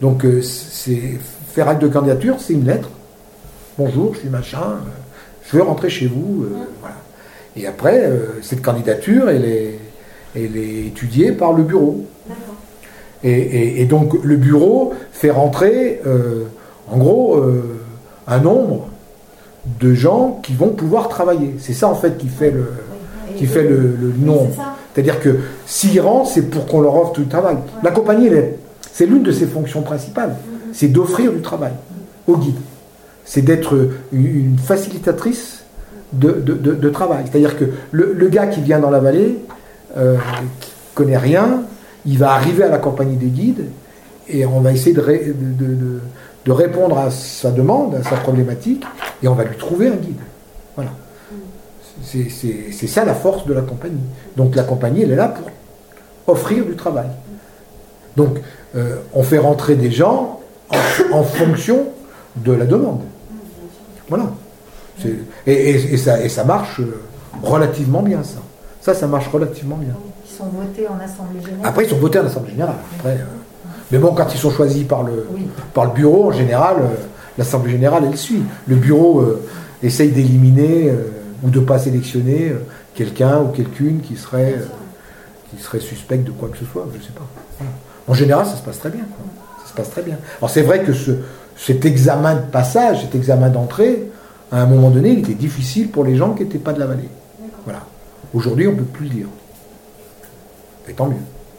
Donc, euh, c'est, faire acte de candidature, c'est une lettre. Bonjour, je suis machin, euh, je veux rentrer chez vous. Euh, voilà. Et après, euh, cette candidature, elle est, elle est étudiée par le bureau. D'accord. Et, et, et donc, le bureau fait rentrer, euh, en gros, euh, un nombre de gens qui vont pouvoir travailler. C'est ça, en fait, qui fait le, Oui. qui fait le, le Oui, nombre. c'est ça. C'est-à-dire que s'ils rentrent, c'est pour qu'on leur offre du travail. Ouais. La compagnie, elle est, c'est l'une de ses fonctions principales. C'est d'offrir du travail au guide. C'est d'être une, une facilitatrice de, de, de, de travail. C'est-à-dire que le, le gars qui vient dans la vallée, euh, qui ne connaît rien, il va arriver à la compagnie des guides et on va essayer de, ré, de, de, de, de répondre à sa demande, à sa problématique, et on va lui trouver un guide. Voilà. C'est, c'est, c'est ça la force de la compagnie. Donc la compagnie, elle est là pour offrir du travail. Donc euh, on fait rentrer des gens en, en fonction de la demande. Voilà. C'est, et, et, et, ça, et ça marche relativement bien, ça. Ça, ça marche relativement bien. Ils sont votés en Assemblée Générale. Après, ils sont votés en Assemblée Générale. Après, euh, mais bon, quand ils sont choisis par le, Oui. par le bureau, en général, euh, l'Assemblée Générale, elle suit. Le bureau euh, essaye d'éliminer euh, ou de ne pas sélectionner euh, quelqu'un ou quelqu'une qui serait, euh, qui serait suspect de quoi que ce soit, je ne sais pas. Voilà. En général, ça se passe très bien. Quoi. Ça se passe très bien. Alors c'est vrai que ce, cet examen de passage, cet examen d'entrée, à un moment donné, il était difficile pour les gens qui n'étaient pas de la vallée. Voilà. Aujourd'hui, on ne peut plus le dire. Et tant mieux.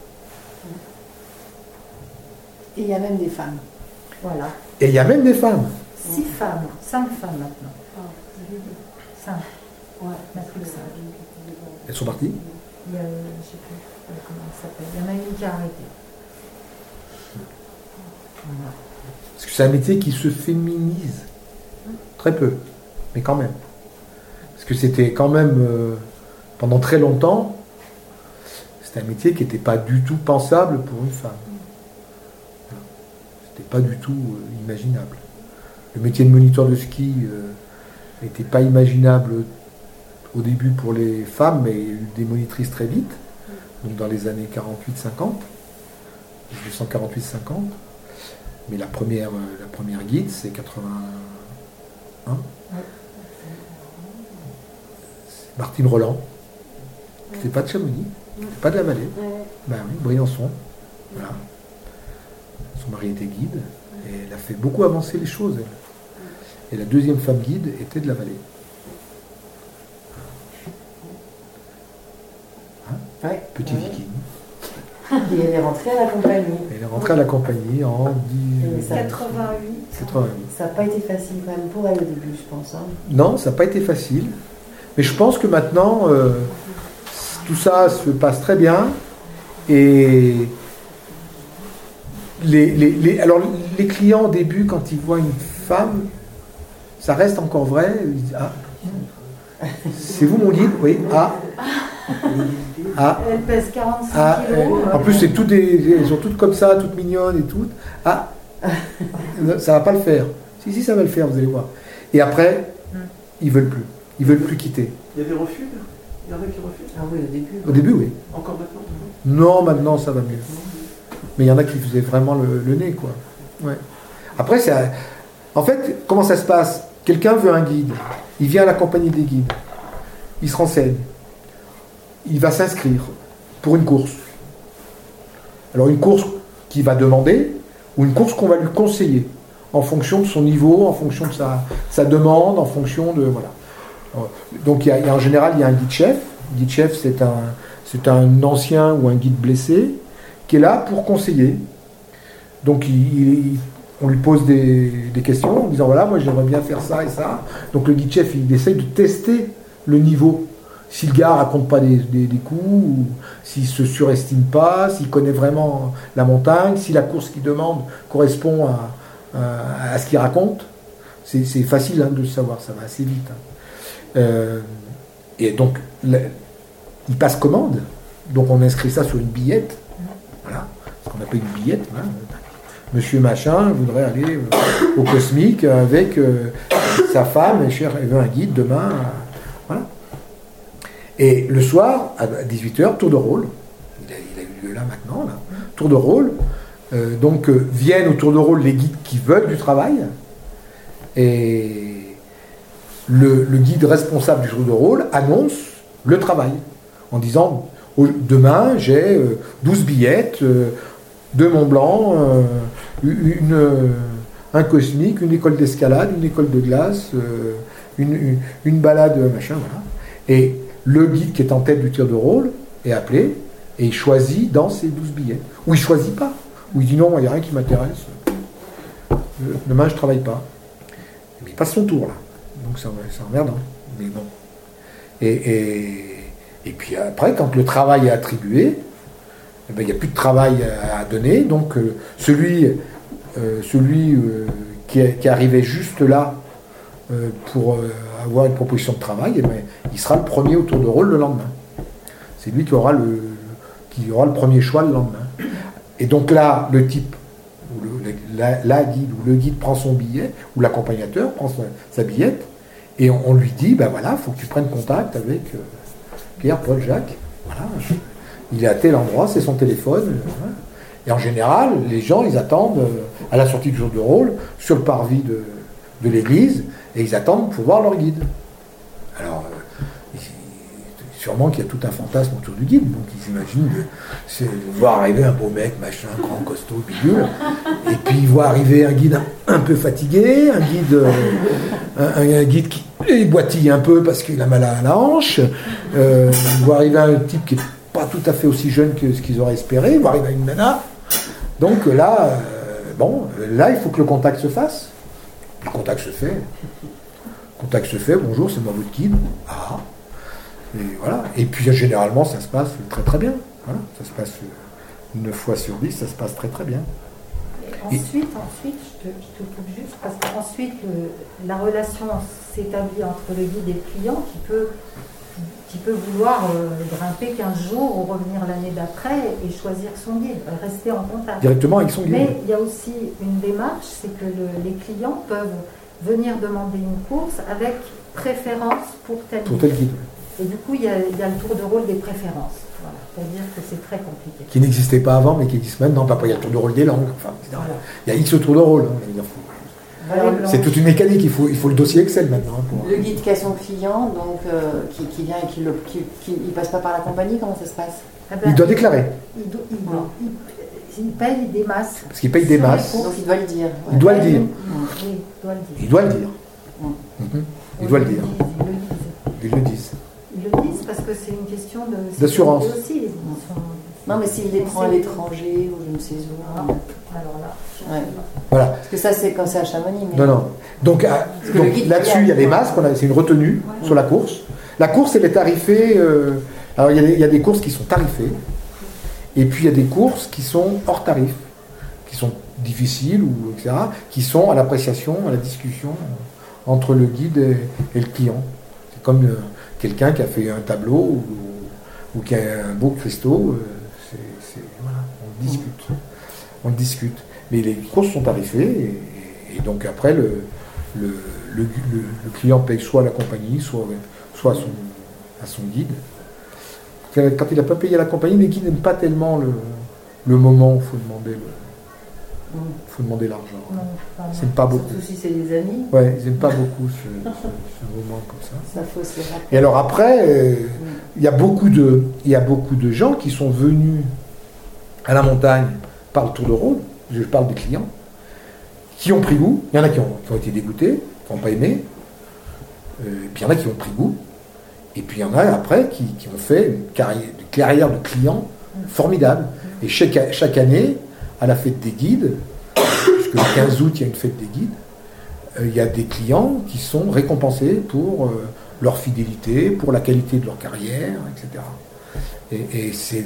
Et il y a même des femmes. Voilà. Et il y a même des femmes. Six femmes, cinq femmes maintenant. Ah, Cinq. Ouais, il n'y en a plus que cinq. Elles sont parties. Il y a, je ne sais plus euh, comment elle s'appelle. Il y en a une qui a arrêté. Voilà. Parce que c'est un métier qui se féminise. Très peu. Mais quand même. Parce que c'était quand même, euh, pendant très longtemps, c'était un métier qui n'était pas du tout pensable pour une femme. Voilà. C'était pas du tout euh, imaginable. Le métier de moniteur de ski n'était euh, pas imaginable au début pour les femmes, mais il y a eu des monitrices très vite, donc dans les années quarante-huit cinquante, dix-neuf cent quarante-huit cinquante. Mais la première, euh, la première guide, c'est quatre-vingt-un. C'est Martine Roland. C'était pas de Chamonix, c'était pas de la vallée. Ben oui, Briançon. Voilà. Son mari était guide, et elle a fait beaucoup avancer les choses, elle. Et la deuxième femme guide était de la vallée. Hein Ouais. Petit Ouais. viking. Et elle est rentrée à la compagnie. Elle est rentrée à la compagnie en Et ça- quatre-vingt-huit. quatre-vingt-huit. Ça n'a pas été facile quand même pour elle au début, je pense. Hein. Non, ça n'a pas été facile. Mais je pense que maintenant, euh, tout ça se passe très bien. Et les, les, les, alors, les clients au début, quand ils voient une femme, ça reste encore vrai. Ils disent, ah, c'est vous mon guide? Oui. Ah. Ah. Elle pèse quarante-cinq Ah, kilos. euh, en plus, c'est tout des, elles sont toutes comme ça, toutes mignonnes et toutes. Ah, ça va pas le faire. Si, si, ça va le faire, vous allez voir. Et après, ils veulent plus. Ils veulent plus quitter. Il y a des refus là? Il y en a qui refusent? Ah oui, au début. Au début, oui. Encore maintenant? Non, maintenant, ça va mieux. Mais il y en a qui faisaient vraiment le, le nez, quoi. Ouais. Après, c'est... En fait, comment ça se passe? Quelqu'un veut un guide. Il vient à la compagnie des guides. Il se renseigne. Il va s'inscrire pour une course. Alors une course qu'il va demander ou une course qu'on va lui conseiller en fonction de son niveau, en fonction de sa, sa demande, en fonction de... Voilà. Donc il y a, il y a, en général, il y a un guide-chef. Guide-chef, c'est un, c'est un ancien ou un guide blessé qui est là pour conseiller. Donc il, il, on lui pose des, des questions en disant, voilà, moi j'aimerais bien faire ça et ça. Donc le guide-chef, il essaye de tester le niveau. Si le gars raconte pas des, des, des coups, ou s'il se surestime pas, s'il connaît vraiment la montagne, si la course qu'il demande correspond à, à, à ce qu'il raconte, c'est, c'est facile hein, de le savoir, ça va assez vite. Hein. Euh, et donc, le, il passe commande, donc on inscrit ça sur une billette, voilà, ce qu'on appelle une billette. Hein. Monsieur Machin voudrait aller euh, au Cosmique avec euh, sa femme, et cher, elle veut un guide demain, euh, voilà. Et le soir, à dix-huit heures, tour de rôle. Il a, il a eu lieu là maintenant, là. Tour de rôle. Euh, donc euh, viennent au tour de rôle les guides qui veulent du travail, et le, le guide responsable du tour de rôle annonce le travail en disant demain j'ai euh, douze billettes, euh, deux Mont Blanc, euh, une, euh, un cosmique, une école d'escalade, une école de glace, euh, une, une, une balade, machin, voilà. Et le guide qui est en tête du tir de rôle est appelé et il choisit dans ses douze billets. Ou il ne choisit pas. Ou il dit non, il n'y a rien qui m'intéresse. Demain, je ne travaille pas. Mais il passe son tour, là. Donc c'est emmerdant. Mais bon. Et, et, et puis après, quand le travail est attribué, eh ben, il n'y a plus de travail à donner. Donc euh, celui, euh, celui euh, qui, est, qui arrivait juste là euh, pour euh, avoir une proposition de travail, eh ben, il sera le premier au tour de rôle le lendemain. C'est lui qui aura le, qui aura le premier choix le lendemain. Et donc là, le type, ou le, la, la guide, ou le guide prend son billet, ou l'accompagnateur prend sa, sa billette, et on, on lui dit, ben voilà, il faut que tu prennes contact avec euh, Pierre, Paul, Jacques. Voilà, il est à tel endroit, c'est son téléphone. Euh, et en général, les gens, ils attendent euh, à la sortie du jour de rôle, sur le parvis de, de l'église, et ils attendent pour voir leur guide. Alors, euh, sûrement qu'il y a tout un fantasme autour du guide, donc ils imaginent de, de voir arriver un beau mec, machin, grand, costaud, bidule, et puis ils voient arriver un guide un, un peu fatigué, un guide, euh, un, un guide qui boitille un peu parce qu'il a mal à la hanche, euh, ils voient arriver un type qui n'est pas tout à fait aussi jeune que ce qu'ils auraient espéré, ils voient arriver une nana. Donc là, euh, bon, là il faut que le contact se fasse. Le contact se fait. Le contact se fait, bonjour, c'est moi votre guide. Ah. Et voilà. Et puis généralement ça se passe très très bien. Voilà. Ça se passe neuf fois sur dix, ça se passe très très bien. Et ensuite, Et... ensuite, je te, je te coupe juste, parce qu'ensuite le, la relation s'établit entre le guide et le client qui peut, qui peut vouloir euh, grimper quinze jours ou revenir l'année d'après et choisir son guide, rester en contact. Directement avec son guide. Mais il y a aussi une démarche, c'est que le, les clients peuvent venir demander une course avec préférence pour tel pour guide. Tel guide. Et du coup, il y, a, il y a le tour de rôle des préférences. Voilà. C'est-à-dire que c'est très compliqué. Qui n'existait pas avant, mais qui existe maintenant. Pas, il y a le tour de rôle des langues. Enfin, voilà. Il y a X tour de rôle. Hein, je veux dire, Alors, c'est toute une mécanique. Il faut, il faut le dossier Excel maintenant. Hein, pour... Le guide qui a son client, donc euh, qui, qui vient et qui ne qui, qui, passe pas par la compagnie, comment ça se passe? Ah ben, il doit déclarer. Il, do, il, doit, il, il paye des masses. Parce qu'il paye des masses. Donc il doit le dire. Ouais. Il doit le dire. Oui, il doit le dire. Il doit le dire. Mmh. Mmh. Il doit le dire. Ils le disent. Ils le disent. Ils le disent parce que c'est une question de d'assurance aussi. Ils sont... Non, mais s'il les prend à l'étranger ou je ne sais où. Ah, alors là. Ouais. Voilà. Parce que ça, c'est quand c'est à Chamonix. Mais... Non, non. Donc, à, donc là-dessus, il y a les masques. C'est une retenue ouais. sur la course. La course, elle est tarifée. Euh, alors, il y, a des, il y a des courses qui sont tarifées. Et puis, il y a des courses qui sont hors tarif, qui sont difficiles, ou, et cetera, qui sont à l'appréciation, à la discussion entre le guide et, et le client. C'est comme euh, quelqu'un qui a fait un tableau ou, ou qui a un beau cristaux. Euh, c'est, c'est, voilà, on discute. On discute. Mais les courses sont tarifées, et, et donc après, le, le, le, le, le client paye soit à la compagnie, soit, soit à, son, à son guide. Quand il n'a pas payé à la compagnie, les guides n'aiment pas tellement le, le moment où il faut demander le, faut demander l'argent. Non, pas ils n'aiment pas beaucoup. Surtout si c'est des amis. Ouais, ils n'aiment pas beaucoup ce, ce, ce moment comme ça. Ça faut se rappeler. Et alors après, euh, il y a beaucoup de, il y a beaucoup de gens qui sont venus à la montagne par le tour de rôle. Je parle des clients qui ont pris goût. Il y en a qui ont, qui ont été dégoûtés, qui n'ont pas aimé. Euh, et puis il y en a qui ont pris goût. Et puis il y en a après qui, qui ont fait une carrière, une carrière de clients formidable. Et chaque, chaque année, à la fête des guides, puisque le quinze août, il y a une fête des guides, euh, il y a des clients qui sont récompensés pour euh, leur fidélité, pour la qualité de leur carrière, et cetera. Et, et c'est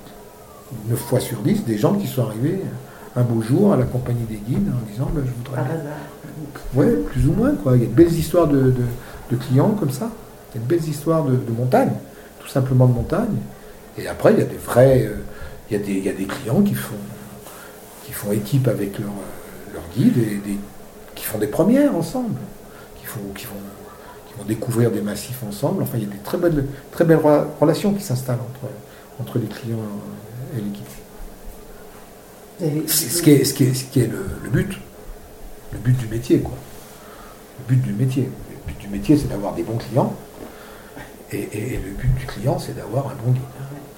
neuf fois sur dix des gens qui sont arrivés un beau jour à la compagnie des guides en disant ben, je voudrais. Par hasard. Ouais, plus ou moins, quoi. Il y a de belles histoires de, de, de clients comme ça. Il y a de belles histoires de, de montagne, tout simplement de montagne. Et après, il y a des vrais. Euh, il, y a des, il y a des clients qui font, qui font équipe avec leur, leur guide et des, qui font des premières ensemble, qui, font, qui, font, qui vont découvrir des massifs ensemble. Enfin, il y a des très belles, très belles relations qui s'installent entre, entre les clients et l'équipe. Avez... C'est ce qui est, ce qui est, ce qui est le, le but. Le but du métier, quoi. Le but du métier. Le but du métier, c'est d'avoir des bons clients. Et, et, et le but du client, c'est d'avoir un bon guide.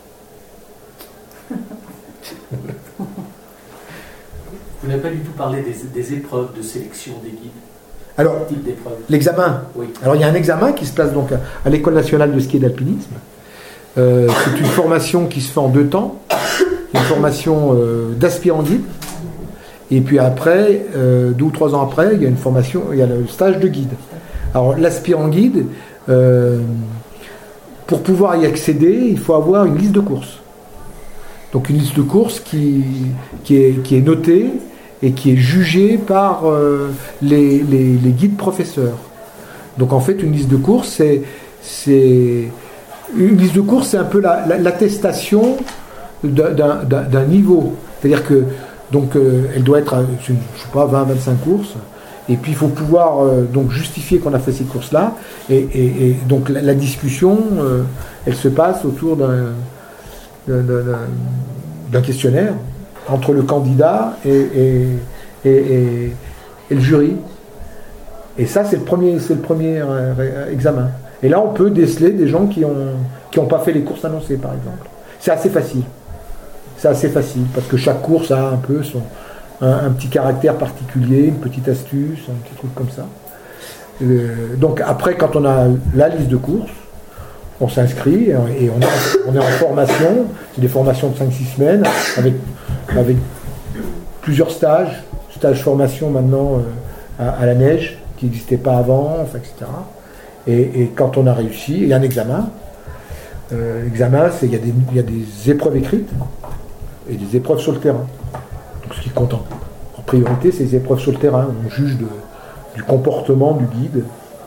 Vous n'avez pas du tout parlé des, des épreuves de sélection des guides. Alors, type d'épreuve. L'examen. Oui. Alors, il y a un examen qui se place donc à, à l'École nationale de ski et d'alpinisme. Euh, c'est une formation qui se fait en deux temps. Une formation euh, d'aspirant guide. Et puis après, euh, deux ou trois ans après, il y a une formation, il y a le stage de guide. Alors, l'aspirant guide, euh, pour pouvoir y accéder, il faut avoir une liste de courses. Donc, une liste de courses qui, qui, est, qui est notée et qui est jugée par euh, les, les, les guides professeurs. Donc, en fait, une liste de courses, c'est, c'est une liste de courses, c'est un peu la, la, l'attestation d'un, d'un, d'un niveau. C'est-à-dire que donc, euh, elle doit être, à, je ne sais pas, vingt à vingt-cinq courses. Et puis, il faut pouvoir euh, donc justifier qu'on a fait ces courses-là. Et, et, et donc, la, la discussion, euh, elle se passe autour d'un, d'un, d'un, d'un questionnaire entre le candidat et, et, et, et, et le jury. Et ça, c'est le premier, c'est le premier euh, examen. Et là, on peut déceler des gens qui ont, qui n'ont pas fait les courses annoncées, par exemple. C'est assez facile. C'est assez facile, parce que chaque course a un peu son, un, un petit caractère particulier, une petite astuce, un petit truc comme ça. Euh, donc après, quand on a la liste de courses, on s'inscrit et on, a, on est en formation. C'est des formations de cinq six semaines, avec, avec plusieurs stages. Stage formation maintenant euh, à, à la neige, qui n'existait pas avant, enfin, et cetera. Et, et quand on a réussi, il y a un examen. Euh, l'examen, c'est il y a des, il y a des épreuves écrites et des épreuves sur le terrain. Donc ce qui compte en, en priorité, c'est les épreuves sur le terrain. On juge de, du comportement du guide,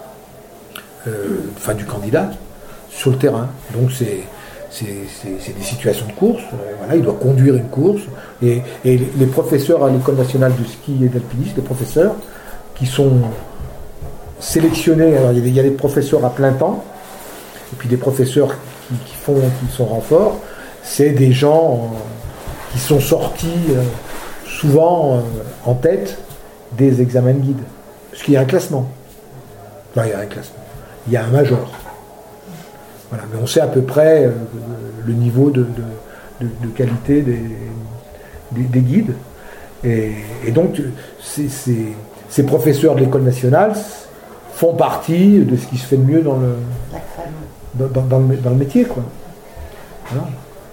euh, enfin du candidat, sur le terrain. Donc c'est, c'est, c'est, c'est des situations de course. Euh, voilà, il doit conduire une course. Et, et les, les professeurs à l'École nationale de ski et d'alpinisme, les professeurs qui sont sélectionnés, alors il y a des, il y a des professeurs à plein temps, et puis des professeurs qui, qui font, qui sont renforts, c'est des gens euh, qui sont sortis euh, souvent euh, en tête des examens de guide. Parce qu'il y a un classement. Non, il y a un classement. Il y a un major. Voilà, mais on sait à peu près euh, le niveau de, de, de, de qualité des, des, des guides. Et, et donc, c'est, c'est, ces professeurs de l'École nationale font partie de ce qui se fait de mieux dans le, dans, dans, dans le, dans le métier, quoi. Voilà.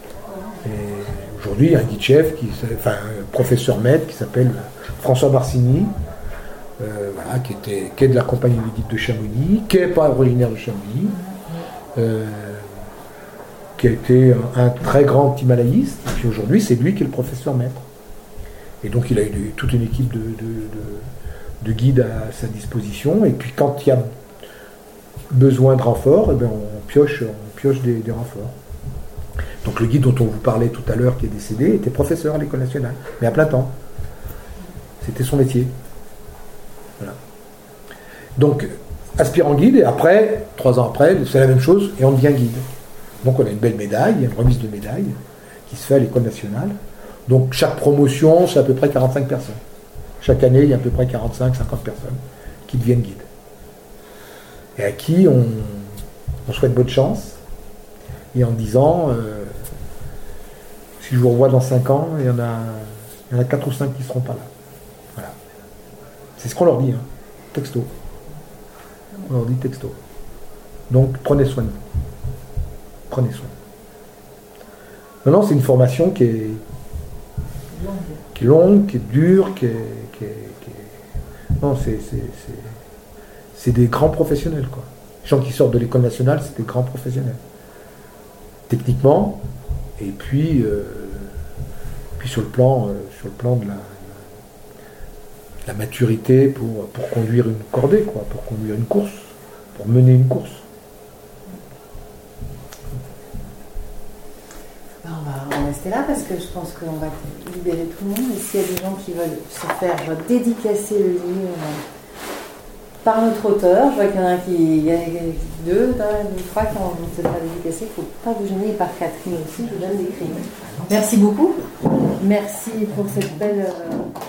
Et aujourd'hui, il y a un guide-chef, qui, enfin un professeur maître qui s'appelle François Marcigny, euh, voilà, qui, était, qui est de la compagnie des guides de Chamonix, qui n'est pas originaire de Chamonix, euh, qui a été un, un très grand himalayiste, et puis aujourd'hui, c'est lui qui est le professeur maître. Et donc, il a eu toute une équipe de, de, de, de guides à sa disposition, et puis quand il y a besoin de renforts, eh bien, on pioche, on pioche des, des renforts. Donc le guide dont on vous parlait tout à l'heure, qui est décédé, était professeur à l'École nationale, mais à plein temps. C'était son métier. Voilà. Donc, aspirant guide, et après, trois ans après, c'est la même chose, et on devient guide. Donc on a une belle médaille, une remise de médaille, qui se fait à l'École nationale. Donc chaque promotion, c'est à peu près quarante-cinq personnes. Chaque année, il y a à peu près quarante-cinq à cinquante personnes qui deviennent guides. Et à qui on, on souhaite bonne chance, et en disant, euh, si je vous revois dans cinq ans, il y en a, il y en a quatre ou cinq qui ne seront pas là. Voilà. C'est ce qu'on leur dit, hein. Texto. On leur dit texto. Donc prenez soin de vous. Prenez soin. Maintenant, c'est une formation qui est, qui est longue, qui est dure, qui est... Qui est, qui est... Non, c'est, c'est, c'est, c'est des grands professionnels, quoi. Les gens qui sortent de l'École nationale, c'est des grands professionnels. Techniquement, et puis, euh, puis sur le plan, euh, sur le plan de la, la maturité pour, pour conduire une cordée, quoi, pour conduire une course, pour mener une course. Ben, on, va, on va rester là parce que je pense qu'on va libérer tout le monde. Et s'il y a des gens qui veulent se faire dédicacer le livre par notre auteur. Je vois qu'il y en a un qui, il y en a deux, trois qui ont se faire dédicacer. Il ne faut pas vous gêner. Et par Catherine aussi, je vous donne des cris. Merci beaucoup. Merci pour cette belle.